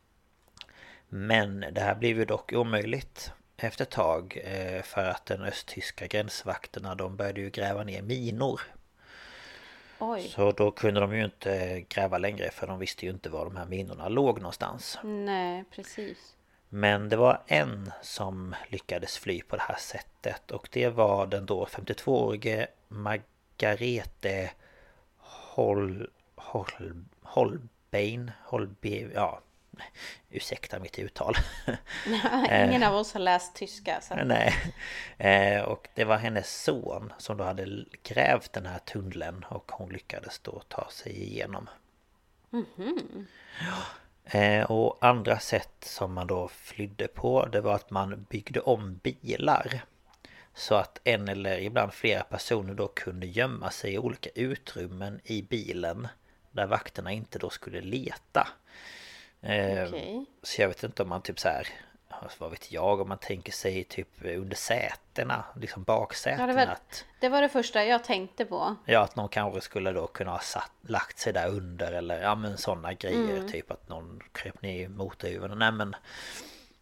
Men det här blev ju dock omöjligt efter ett tag eh, för att den östtyska gränsvakterna, de började ju gräva ner minor. Oj. Så då kunde de ju inte gräva längre för de visste ju inte var de här minorna låg någonstans. Nej, precis. Men det var en som lyckades fly på det här sättet och det var den då femtiotvåårige Margarete Hol, Hol, Holbein Holbe, ja, ursäkta mitt uttal. Ingen av oss har läst tyska. Så. Nej, eh, och det var hennes son som då hade grävt den här tunneln och hon lyckades då ta sig igenom. Mhm. Eh, och andra sätt som man då flydde på, det var att man byggde om bilar. Så att en eller ibland flera personer då kunde gömma sig i olika utrymmen i bilen där vakterna inte då skulle leta. Eh, Okej. Så jag vet inte om man typ så här, vad vet jag, om man tänker sig typ under sätena, liksom baksätena. Ja, det, var, att, det var det första jag tänkte på. ja, att någon kanske skulle då kunna ha satt, lagt sig där under eller ja men sådana grejer, Mm. typ att någon kröp ner i motorhuven. Nej men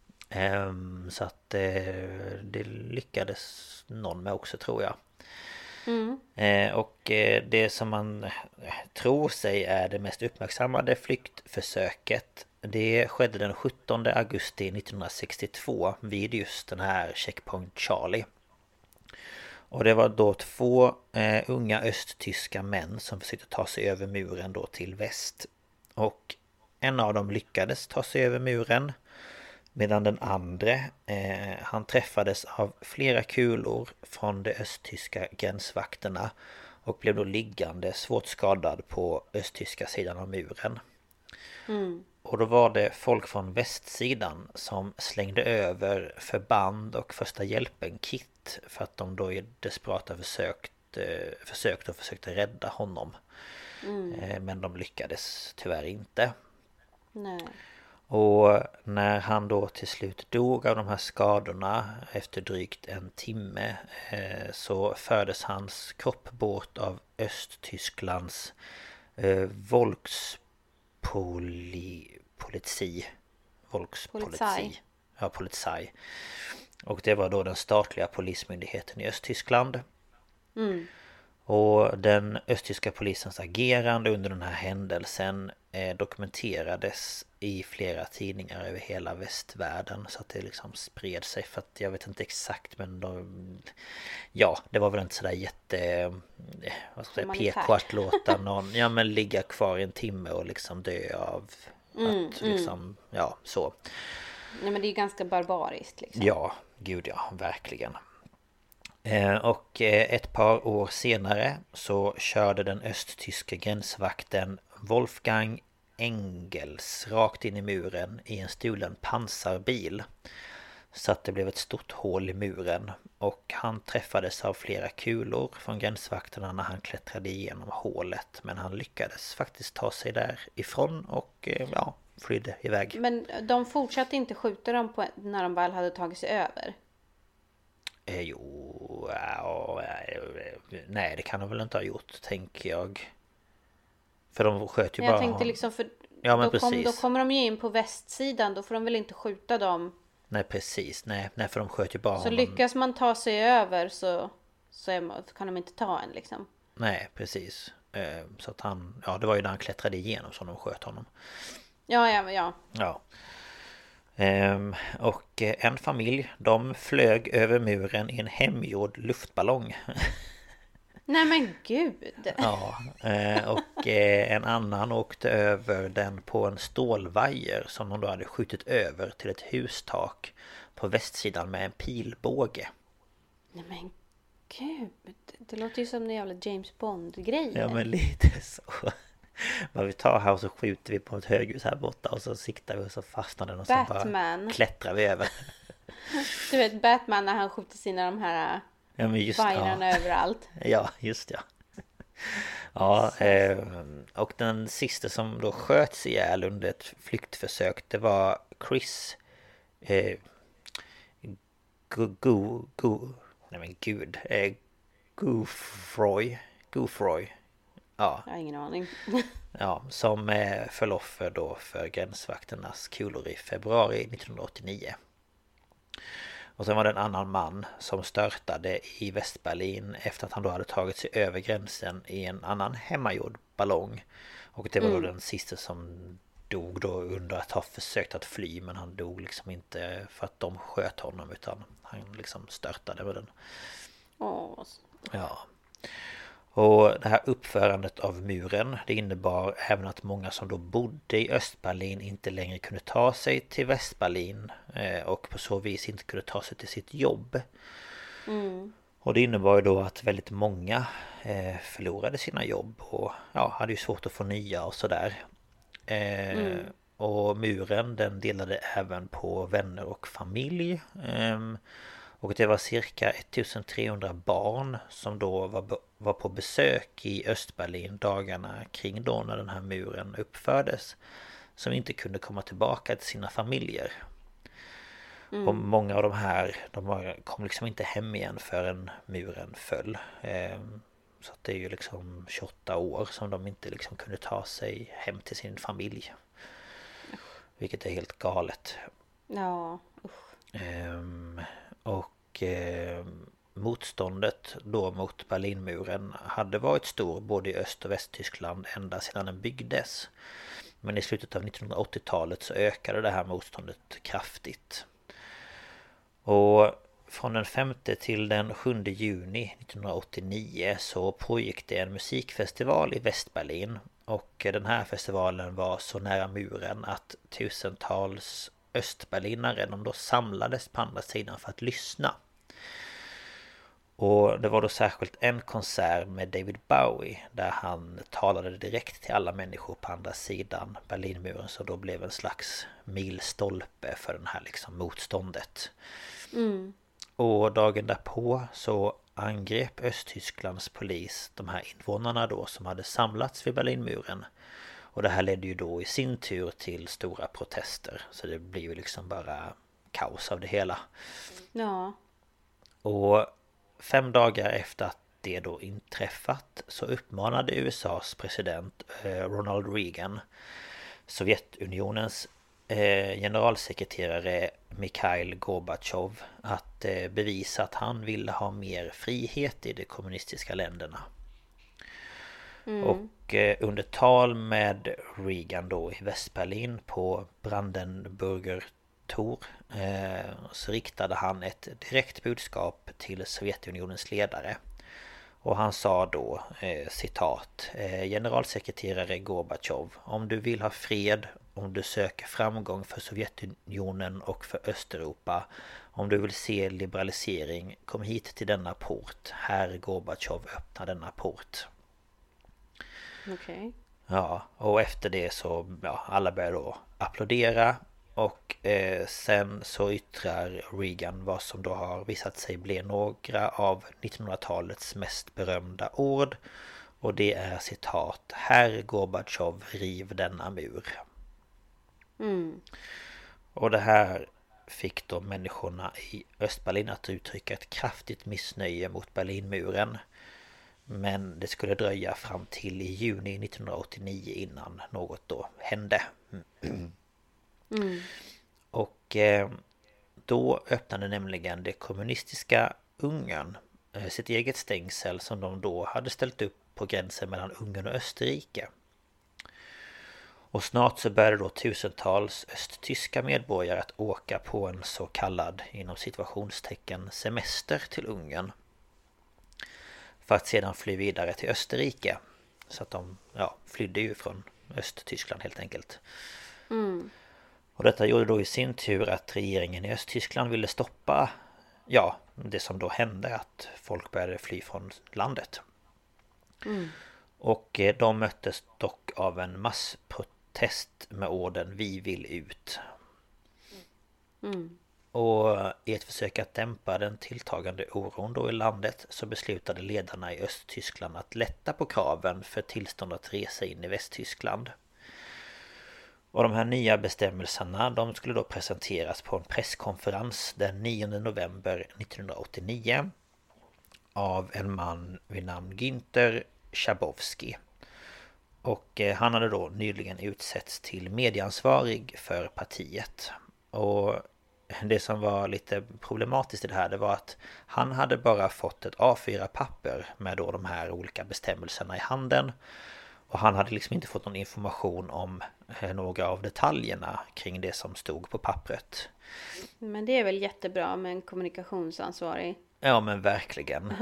ehm, så att eh, det lyckades någon med också tror jag. Mm. Eh, och eh, det som man tror sig är det mest uppmärksammade flyktförsöket, det skedde den sjuttonde augusti nittonhundrasextiotvå vid just den här Checkpoint Charlie. Och det var då två eh, unga östtyska män som försökte ta sig över muren då till väst. Och en av dem lyckades ta sig över muren, medan den andra, eh, han träffades av flera kulor från de östtyska gränsvakterna och blev då liggande svårt skadad på östtyska sidan av muren. Mm. Och då var det folk från västsidan som slängde över förband och första hjälpen-kit för att de då i desperata försökt, eh, försökt och försökte rädda honom. Mm. Eh, men de lyckades tyvärr inte. Nej. Och när han då till slut dog av de här skadorna efter drygt en timme eh, så fördes hans kropp bort av Östtysklands eh, volkspoli, politi, volkspoliti, Polizei. ja, polizei. Och det var då den statliga polismyndigheten i Östtyskland. Mm. Och den östtyska polisens agerande under den här händelsen eh, dokumenterades i flera tidningar över hela västvärlden, så att det liksom spred sig, för att jag vet inte exakt, men de, ja, det var väl inte sådär jätte eh, vad ska jag säga, P K att låta någon ja, men ligga kvar i en timme och liksom dö av Mm, att liksom, mm. ja, så. Nej, men det är ju ganska barbariskt liksom. Ja, gud ja, verkligen. Och ett par år senare så körde den östtyska gränsvakten Wolfgang Engels rakt in i muren i en stulen pansarbil, så att det blev ett stort hål i muren, och han träffades av flera kulor från gränsvakterna när han klättrade igenom hålet, men han lyckades faktiskt ta sig därifrån och ja, flydde iväg. Men de fortsatte inte skjuta dem på när de väl hade tagit sig över? Eh, jo, ja, nej, det kan de väl inte ha gjort, tänker jag. För de sköt ju jag bara... Jag tänkte liksom, för ja, men då, kom, precis. då kommer de ju in på västsidan, då får de väl inte skjuta dem. Nej, precis. Nej, nej, för de sköt ju bara Så honom. lyckas man ta sig över så, så är man, kan de inte ta en liksom. Nej, precis. Eh, så att han... Ja, det var ju när han klättrade igenom som de sköt honom. Ja, ja, ja. Ja. Ehm, och en familj, de flög över muren i en hemgjord luftballong. Nej men gud. Ja, eh, och eh, en annan åkte över den på en stålvajer som de då hade skjutit över till ett hustak på västsidan med en pilbåge. Nej men gud. Det låter ju som en jävla James Bond-grej. Ja, men lite så. Vad vi tar här och så skjuter vi på ett höghus här borta och så siktar vi och så fastnar den och så Batman. bara klättrar vi över. Du vet Batman när han skjuter sina de här ja, men just, vajrarna ja. överallt. Ja, just ja. Ja, eh, och den sista som då sköts ihjäl under ett flyktförsök, det var Chris eh, Go, go, go, nej men gud, eh, Gofroy, Gofroy. Ja. Jag har ingen aning. Ja, som eh, föll offer då för gränsvakternas kulor i februari nittonhundraåttionio. Och sen var det en annan man som störtade i Västberlin efter att han då hade tagit sig över gränsen i en annan hemmagjord ballong. Och det var då mm. den sista som dog då under att ha försökt att fly, men han dog liksom inte för att de sköt honom, utan han liksom störtade med den. Åh. Ja. Och det här uppförandet av muren, det innebar även att många som då bodde i Östberlin inte längre kunde ta sig till Västberlin och på så vis inte kunde ta sig till sitt jobb. Mm. Och det innebar ju då att väldigt många förlorade sina jobb och ja, hade ju svårt att få nya och sådär. Mm. Och muren, den delade även på vänner och familj. Och det var cirka ettusentrehundra barn som då var, var på besök i Östberlin dagarna kring då när den här muren uppfördes, som inte kunde komma tillbaka till sina familjer. Mm. Och många av de här, de kom liksom inte hem igen förrän muren föll. Så att det är ju liksom tjugoåtta år som de inte liksom kunde ta sig hem till sin familj. Vilket är helt galet. Ja, usch. Um, och eh, motståndet då mot Berlinmuren hade varit stor både i Öst- och Västtyskland ända sedan den byggdes. Men i slutet av nittonhundraåttiotalet så ökade det här motståndet kraftigt. Och från den femte till den sjunde juni nittonhundraåttionio så pågick det en musikfestival i Västberlin. Och den här festivalen var så nära muren att tusentals östberlinare de då samlades på andra sidan för att lyssna. Och det var då särskilt en konsert med David Bowie där han talade direkt till alla människor på andra sidan Berlinmuren, så då blev en slags milstolpe för den här liksom motståndet. Mm. Och dagen därpå så angrep Östtysklands polis de här invånarna då som hade samlats vid Berlinmuren. Och det här ledde ju då i sin tur till stora protester. Så det blir ju liksom bara kaos av det hela. Ja. Och fem dagar efter att det då inträffat så uppmanade U S A:s president Ronald Reagan Sovjetunionens generalsekreterare Mikhail Gorbatjov att bevisa att han ville ha mer frihet i de kommunistiska länderna. Mm. Och under tal med Reagan då i Västberlin på Brandenburger Tor så riktade han ett direkt budskap till Sovjetunionens ledare. Och han sa då, eh, citat, generalsekreterare Gorbatjov, om du vill ha fred, om du söker framgång för Sovjetunionen och för Östeuropa, om du vill se liberalisering, kom hit till denna port. Herr Gorbatjov, öppna denna port. Okej. Okay. Ja, och efter det så, ja, alla började då applådera. Och eh, sen så yttrar Reagan vad som då har visat sig bli några av nittonhundratalets mest berömda ord. Och det är citat, herr Gorbatjov, riv denna mur. Mm. Och det här fick då människorna i Östberlin att uttrycka ett kraftigt missnöje mot Berlinmuren. Men det skulle dröja fram till i juni nittonhundraåttionio innan något då hände. Mm. Och eh, då öppnade nämligen det kommunistiska Ungern eh, sitt eget stängsel som de då hade ställt upp på gränsen mellan Ungern och Österrike. Och snart så började då tusentals östtyska medborgare att åka på en så kallad, inom situationstecken, semester till Ungern. För att sedan fly vidare till Österrike. Så att de ja, flydde ju från Östtyskland helt enkelt. Mm. Och detta gjorde då i sin tur att regeringen i Östtyskland ville stoppa ja, det som då hände, att folk började fly från landet. Mm. Och de möttes dock av en massprotest med orden vi vill ut. Mm. Och i ett försök att dämpa den tilltagande oron då i landet så beslutade ledarna i Östtyskland att lätta på kraven för tillstånd att resa in i Västtyskland. Och de här nya bestämmelserna de skulle då presenteras på en presskonferens den nionde november nittonhundraåttionio av en man vid namn Günther Schabowski. Och han hade då nyligen utsetts till medieansvarig för partiet. Och det som var lite problematiskt i det här, det var att han hade bara fått ett A fyra papper med då de här olika bestämmelserna i handen. Och han hade liksom inte fått någon information om några av detaljerna kring det som stod på pappret. Men det är väl jättebra med en kommunikationsansvarig? Ja, men verkligen.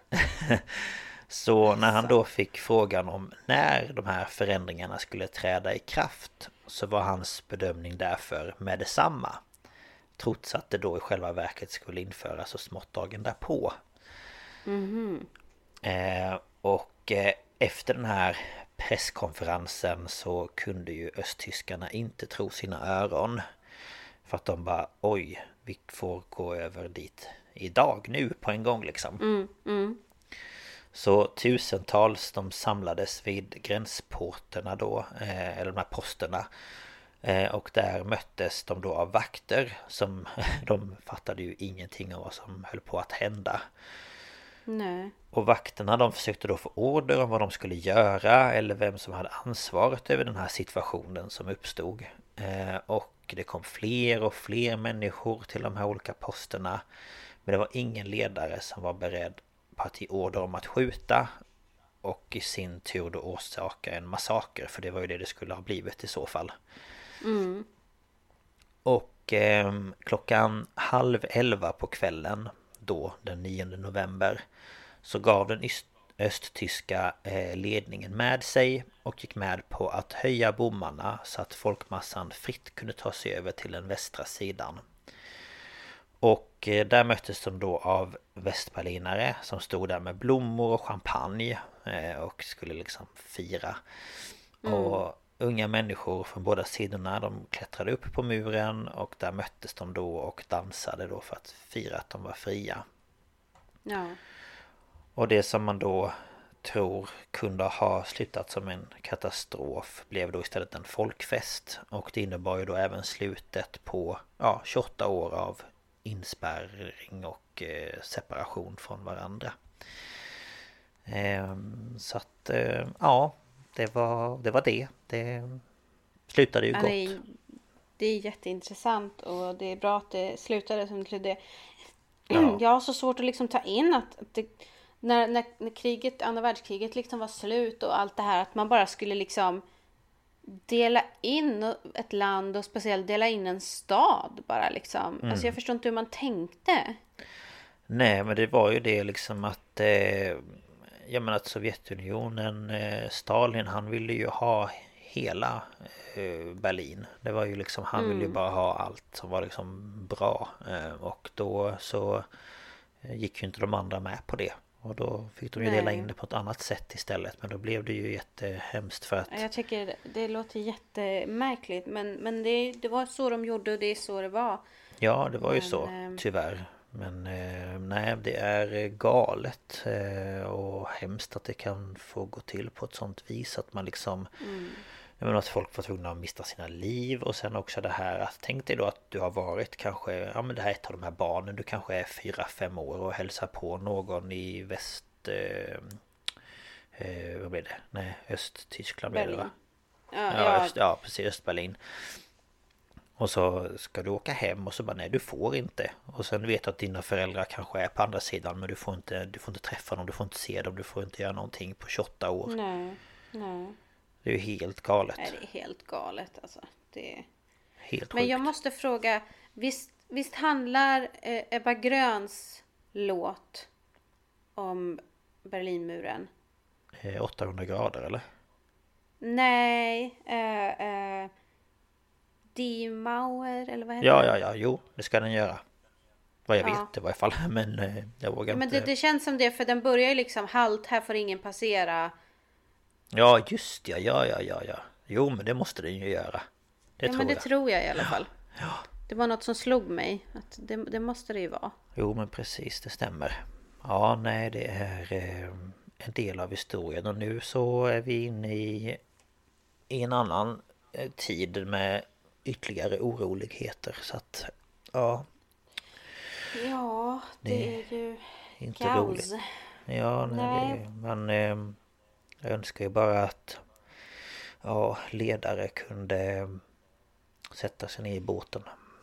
Så när han då fick frågan om när de här förändringarna skulle träda i kraft så var hans bedömning därför med detsamma. Trots att det då i själva verket skulle införas så smått dagen därpå. Mm-hmm. Eh, och eh, efter den här presskonferensen så kunde ju östtyskarna inte tro sina öron. För att de bara, oj, vi får gå över dit idag, nu på en gång liksom. Mm, mm. Så tusentals de samlades vid gränsporterna då, eh, eller de här posterna. Eh, och där möttes de då av vakter som de fattade ju ingenting om vad som höll på att hända. Nej. Och vakterna de försökte då få order om vad de skulle göra eller vem som hade ansvaret över den här situationen som uppstod. Eh, och det kom fler och fler människor till de här olika posterna. Men det var ingen ledare som var beredd på att ge order om att skjuta och i sin tur då orsaka en massaker, för det var ju det det skulle ha blivit i så fall. Mm. Och eh, klockan halv elva på kvällen då den nionde november så gav den öst- östtyska eh, ledningen med sig och gick med på att höja bommarna så att folkmassan fritt kunde ta sig över till den västra sidan. Och eh, där möttes de då av västberlinare som stod där med blommor och champagne eh, och skulle liksom fira. Mm. Och unga människor från båda sidorna, de klättrade upp på muren och där möttes de då och dansade då för att fira att de var fria. Ja. Och det som man då tror kunde ha slutat som en katastrof blev då istället en folkfest. Och det innebar ju då även slutet på ja, tjugoåtta år av inspärring och eh, separation från varandra. Eh, så att eh, ja, det var det. Var det. det slutade ju ja, gott. Det är, det är jätteintressant och det är bra att det slutade som det. Ja. Jag har så svårt att liksom ta in att, att det, när, när, när kriget, andra världskriget liksom var slut och allt det här, att man bara skulle liksom dela in ett land och speciellt dela in en stad bara liksom. Mm. Alltså jag förstår inte hur man tänkte. Nej, men det var ju det liksom att eh, jag menar att Sovjetunionen, eh, Stalin, han ville ju ha hela eh, Berlin. Det var ju liksom, han mm. ville ju bara ha allt som var liksom bra. Eh, och då så eh, gick ju inte de andra med på det. Och då fick de ju dela in det på ett annat sätt istället. Men då blev det ju jättehemskt för att... Jag tycker det låter jättemärkligt. Men, men det, det var så de gjorde och det är så det var. Ja, det var ju men, så, tyvärr. Men eh, nej, det är galet eh, och hemskt att det kan få gå till på ett sånt vis att man liksom... Mm. Jag menar att folk var tvungna att mista sina liv och sen också det här att tänk dig då att du har varit kanske, ja men det här är ett av de här barnen, du kanske är fyra, fem år och hälsar på någon i väst, eh, eh, vad blir det? Nej, Östtyskland blir det va? Ja, ja, ja. Öst, ja, precis, Östberlin. Och så ska du åka hem och så bara nej, du får inte. Och sen vet du att dina föräldrar kanske är på andra sidan men du får inte, du får inte träffa dem, du får inte se dem, du får inte göra någonting på tjugoåtta år. Nej, nej. Det är ju helt galet. Nej, det är helt galet alltså. Det är... Helt Men sjukt. jag måste fråga, visst, visst handlar eh, Ebba Gröns låt om Berlinmuren? Eh, åttahundra grader eller? Nej, eh, eh, Die Mauer eller vad heter Ja, det? ja, ja, jo, det ska den göra. Vad jag Ja. vet i varje fall, men eh, jag vågar Men inte. det, det känns som det, för den börjar ju liksom halt, här får ingen passera. Ja, just ja, ja, ja, ja, ja. Jo, men det måste den ju göra. Det ja, tror men det jag. tror jag i alla fall. Ja. Det var något som slog mig, att det, det måste det ju vara. Jo, men precis, det stämmer. Ja, nej, det är eh, en del av historien. Och nu så är vi inne i, i en annan eh, tid med ytterligare oroligheter. Så att, ja. Ja, det, det är ju inte kaos. roligt. Ja, nej, Nej. Det, man eh, jag önskar ju bara att ja, ledare kunde sätta sig ner i båten.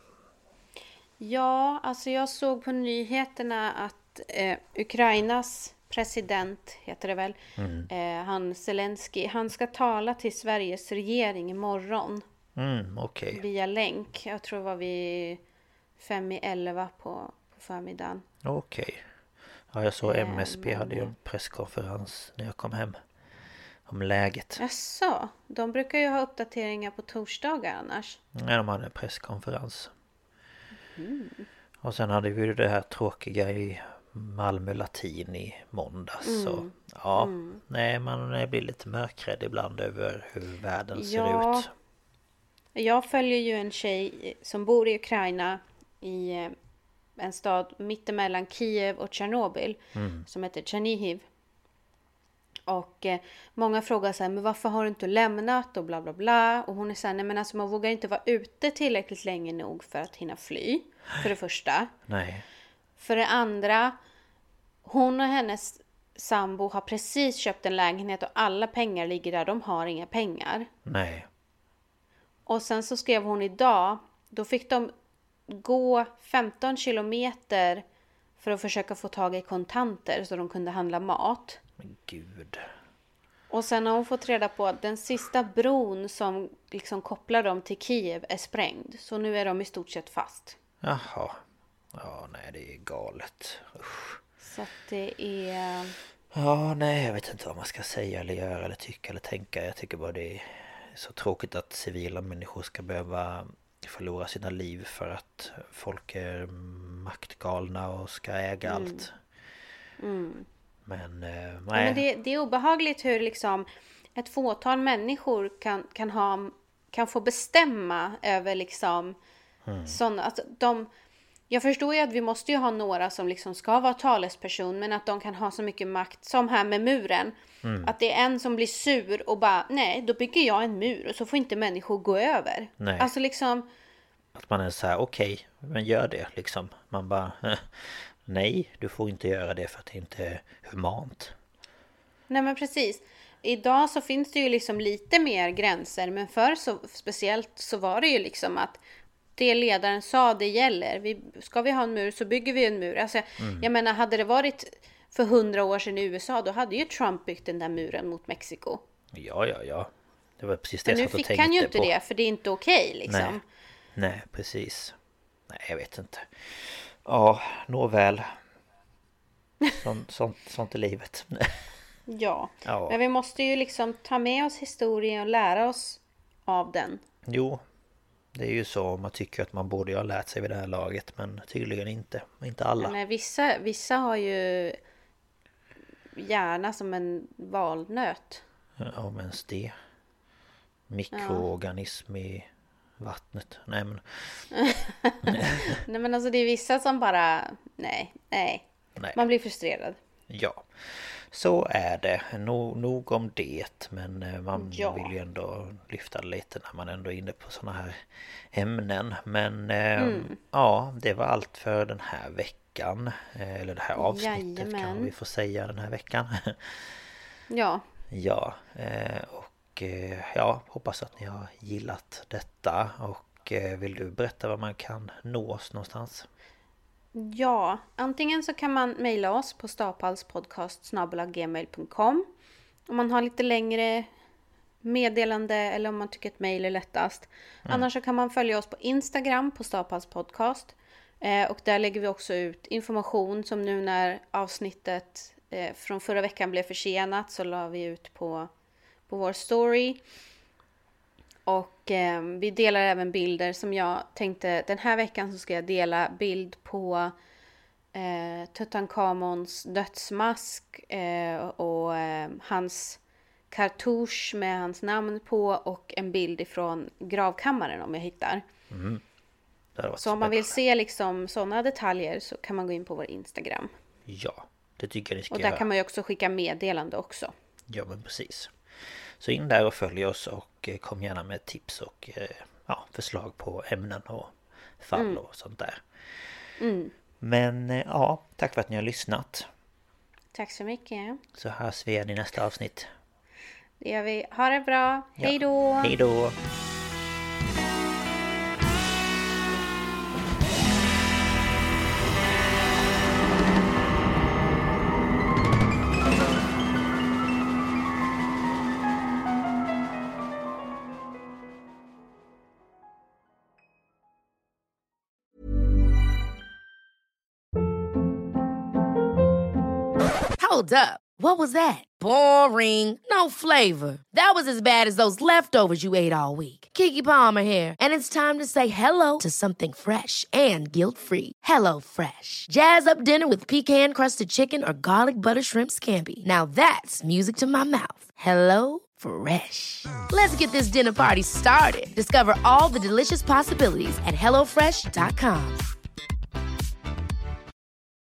Ja, alltså jag såg på nyheterna att eh, Ukrainas president, heter det väl, Mm. eh, han Zelensky, han ska tala till Sveriges regering imorgon Mm, okej. via länk. Jag tror det var vid fem i elva på, på förmiddagen. Okej. Ja, jag såg Eh, M S B men- hade ju en presskonferens när jag kom hem. Om läget. Jaså, de brukar ju ha uppdateringar på torsdagar annars. Nej, de hade en presskonferens. Mm. Och sen hade vi ju det här tråkiga i Malmö Latin i måndags. Mm. Så ja, Mm. nej, man blir lite mörkrädd ibland över hur världen ser Ja. ut. Jag följer ju en tjej som bor i Ukraina i eh, en stad mittemellan Kiev och Tjernobyl Mm. som heter Chernihiv. Och eh, många frågar så här, men varför har du inte lämnat och bla bla bla. Och hon är så här, nej men alltså man vågar inte vara ute tillräckligt länge nog för att hinna fly. För det första. Nej. För det andra, hon och hennes sambo har precis köpt en lägenhet och alla pengar ligger där, de har inga pengar. Nej. Och sen så skrev hon idag, då fick de gå femton kilometer för att försöka få tag i kontanter så de kunde handla mat. Men gud. Och sen har hon fått reda på att den sista bron som liksom kopplar dem till Kiev är sprängd. Så nu är de i stort sett fast. Jaha. Ja, nej, det är galet. Usch. Så att det är... Ja, nej, jag vet inte vad man ska säga eller göra eller tycka eller tänka. Jag tycker bara det är så tråkigt att civila människor ska behöva förlora sina liv för att folk är maktgalna och ska äga mm. allt. Mm. Men, eh, ja, men det, det är obehagligt hur liksom ett fåtal människor kan, kan, ha, kan få bestämma över liksom mm. sådana, att de... Jag förstår ju att vi måste ju ha några som liksom ska vara talesperson, men att de kan ha så mycket makt som här med muren. Mm. Att det är en som blir sur och bara, nej, då bygger jag en mur och så får inte människor gå över. Nej. Alltså liksom... Att man är så här, okej, okay, men gör det liksom. Man bara, nej, du får inte göra det för att det inte är humant. Nej, men precis. Idag så finns det ju liksom lite mer gränser, men förr så speciellt så var det ju liksom att det ledaren sa, det gäller. Vi, ska vi ha en mur så bygger vi en mur. Alltså, mm. jag menar, hade det varit för hundra år sedan i U S A, då hade ju Trump byggt den där muren mot Mexiko. Ja, ja, ja. Det var precis det men jag nu satt och fick han ju inte på. det, för det är inte okej okay, liksom. Nej. Nej, precis. Nej, jag vet inte. Ja, nåväl. Sånt, sånt, sånt är livet. ja. ja, men vi måste ju liksom ta med oss historien och lära oss av den. Jo, det är ju så. Man tycker att man borde ju ha lärt sig vid det här laget, men tydligen inte. Inte alla. Nej, vissa, vissa har ju hjärna som en valnöt. Ja, men det. Mikroorganism i vattnet. Nej, men... nej, men alltså det är vissa som bara... Nej, nej. nej. Man blir frustrerad. Ja, så är det. Nog, nog om det. Men man ja. vill ju ändå lyfta lite när man ändå är inne på såna här ämnen. Men mm. ja, det var allt för den här veckan. Eller det här avsnittet. Jajamän. Kan vi få säga den här veckan. ja. Ja, och ja, hoppas att ni har gillat detta. Och vill du berätta var man kan nå oss någonstans? Ja, antingen så kan man mejla oss på staphalspodcast snabel-a gmail punkt com om man har lite längre meddelande eller om man tycker att mejl är lättast. Mm. Annars så kan man följa oss på Instagram på staphalspodcast. Eh, och där lägger vi också ut information, som nu när avsnittet eh, från förra veckan blev försenat så la vi ut på, på vår story. Och eh, vi delar även bilder som jag tänkte, den här veckan så ska jag dela bild på eh, Tutankhamons dödsmask eh, och eh, hans kartouche med hans namn på och en bild ifrån gravkammaren om jag hittar. Mm. Så om man vill se liksom sådana detaljer så kan man gå in på vår Instagram. Ja, det tycker jag ni ska Och där göra. kan man ju också skicka meddelande också. Ja, men precis. Så in där och följ oss och kom gärna med tips och ja, förslag på ämnen och fall mm. och sånt där. Mm. Men ja, tack för att ni har lyssnat. Tack så mycket. Så hörs vi igen i nästa avsnitt. Det gör vi. Ha det bra. Ja. Hej då! Hej då! Hold up. What was that? Boring. No flavor. That was as bad as those leftovers you ate all week. Keke Palmer here, and it's time to say hello to something fresh and guilt-free. Hello Fresh. Jazz up dinner with pecan-crusted chicken or garlic butter shrimp scampi. Now that's music to my mouth. Hello Fresh. Let's get this dinner party started. Discover all the delicious possibilities at hello fresh dot com.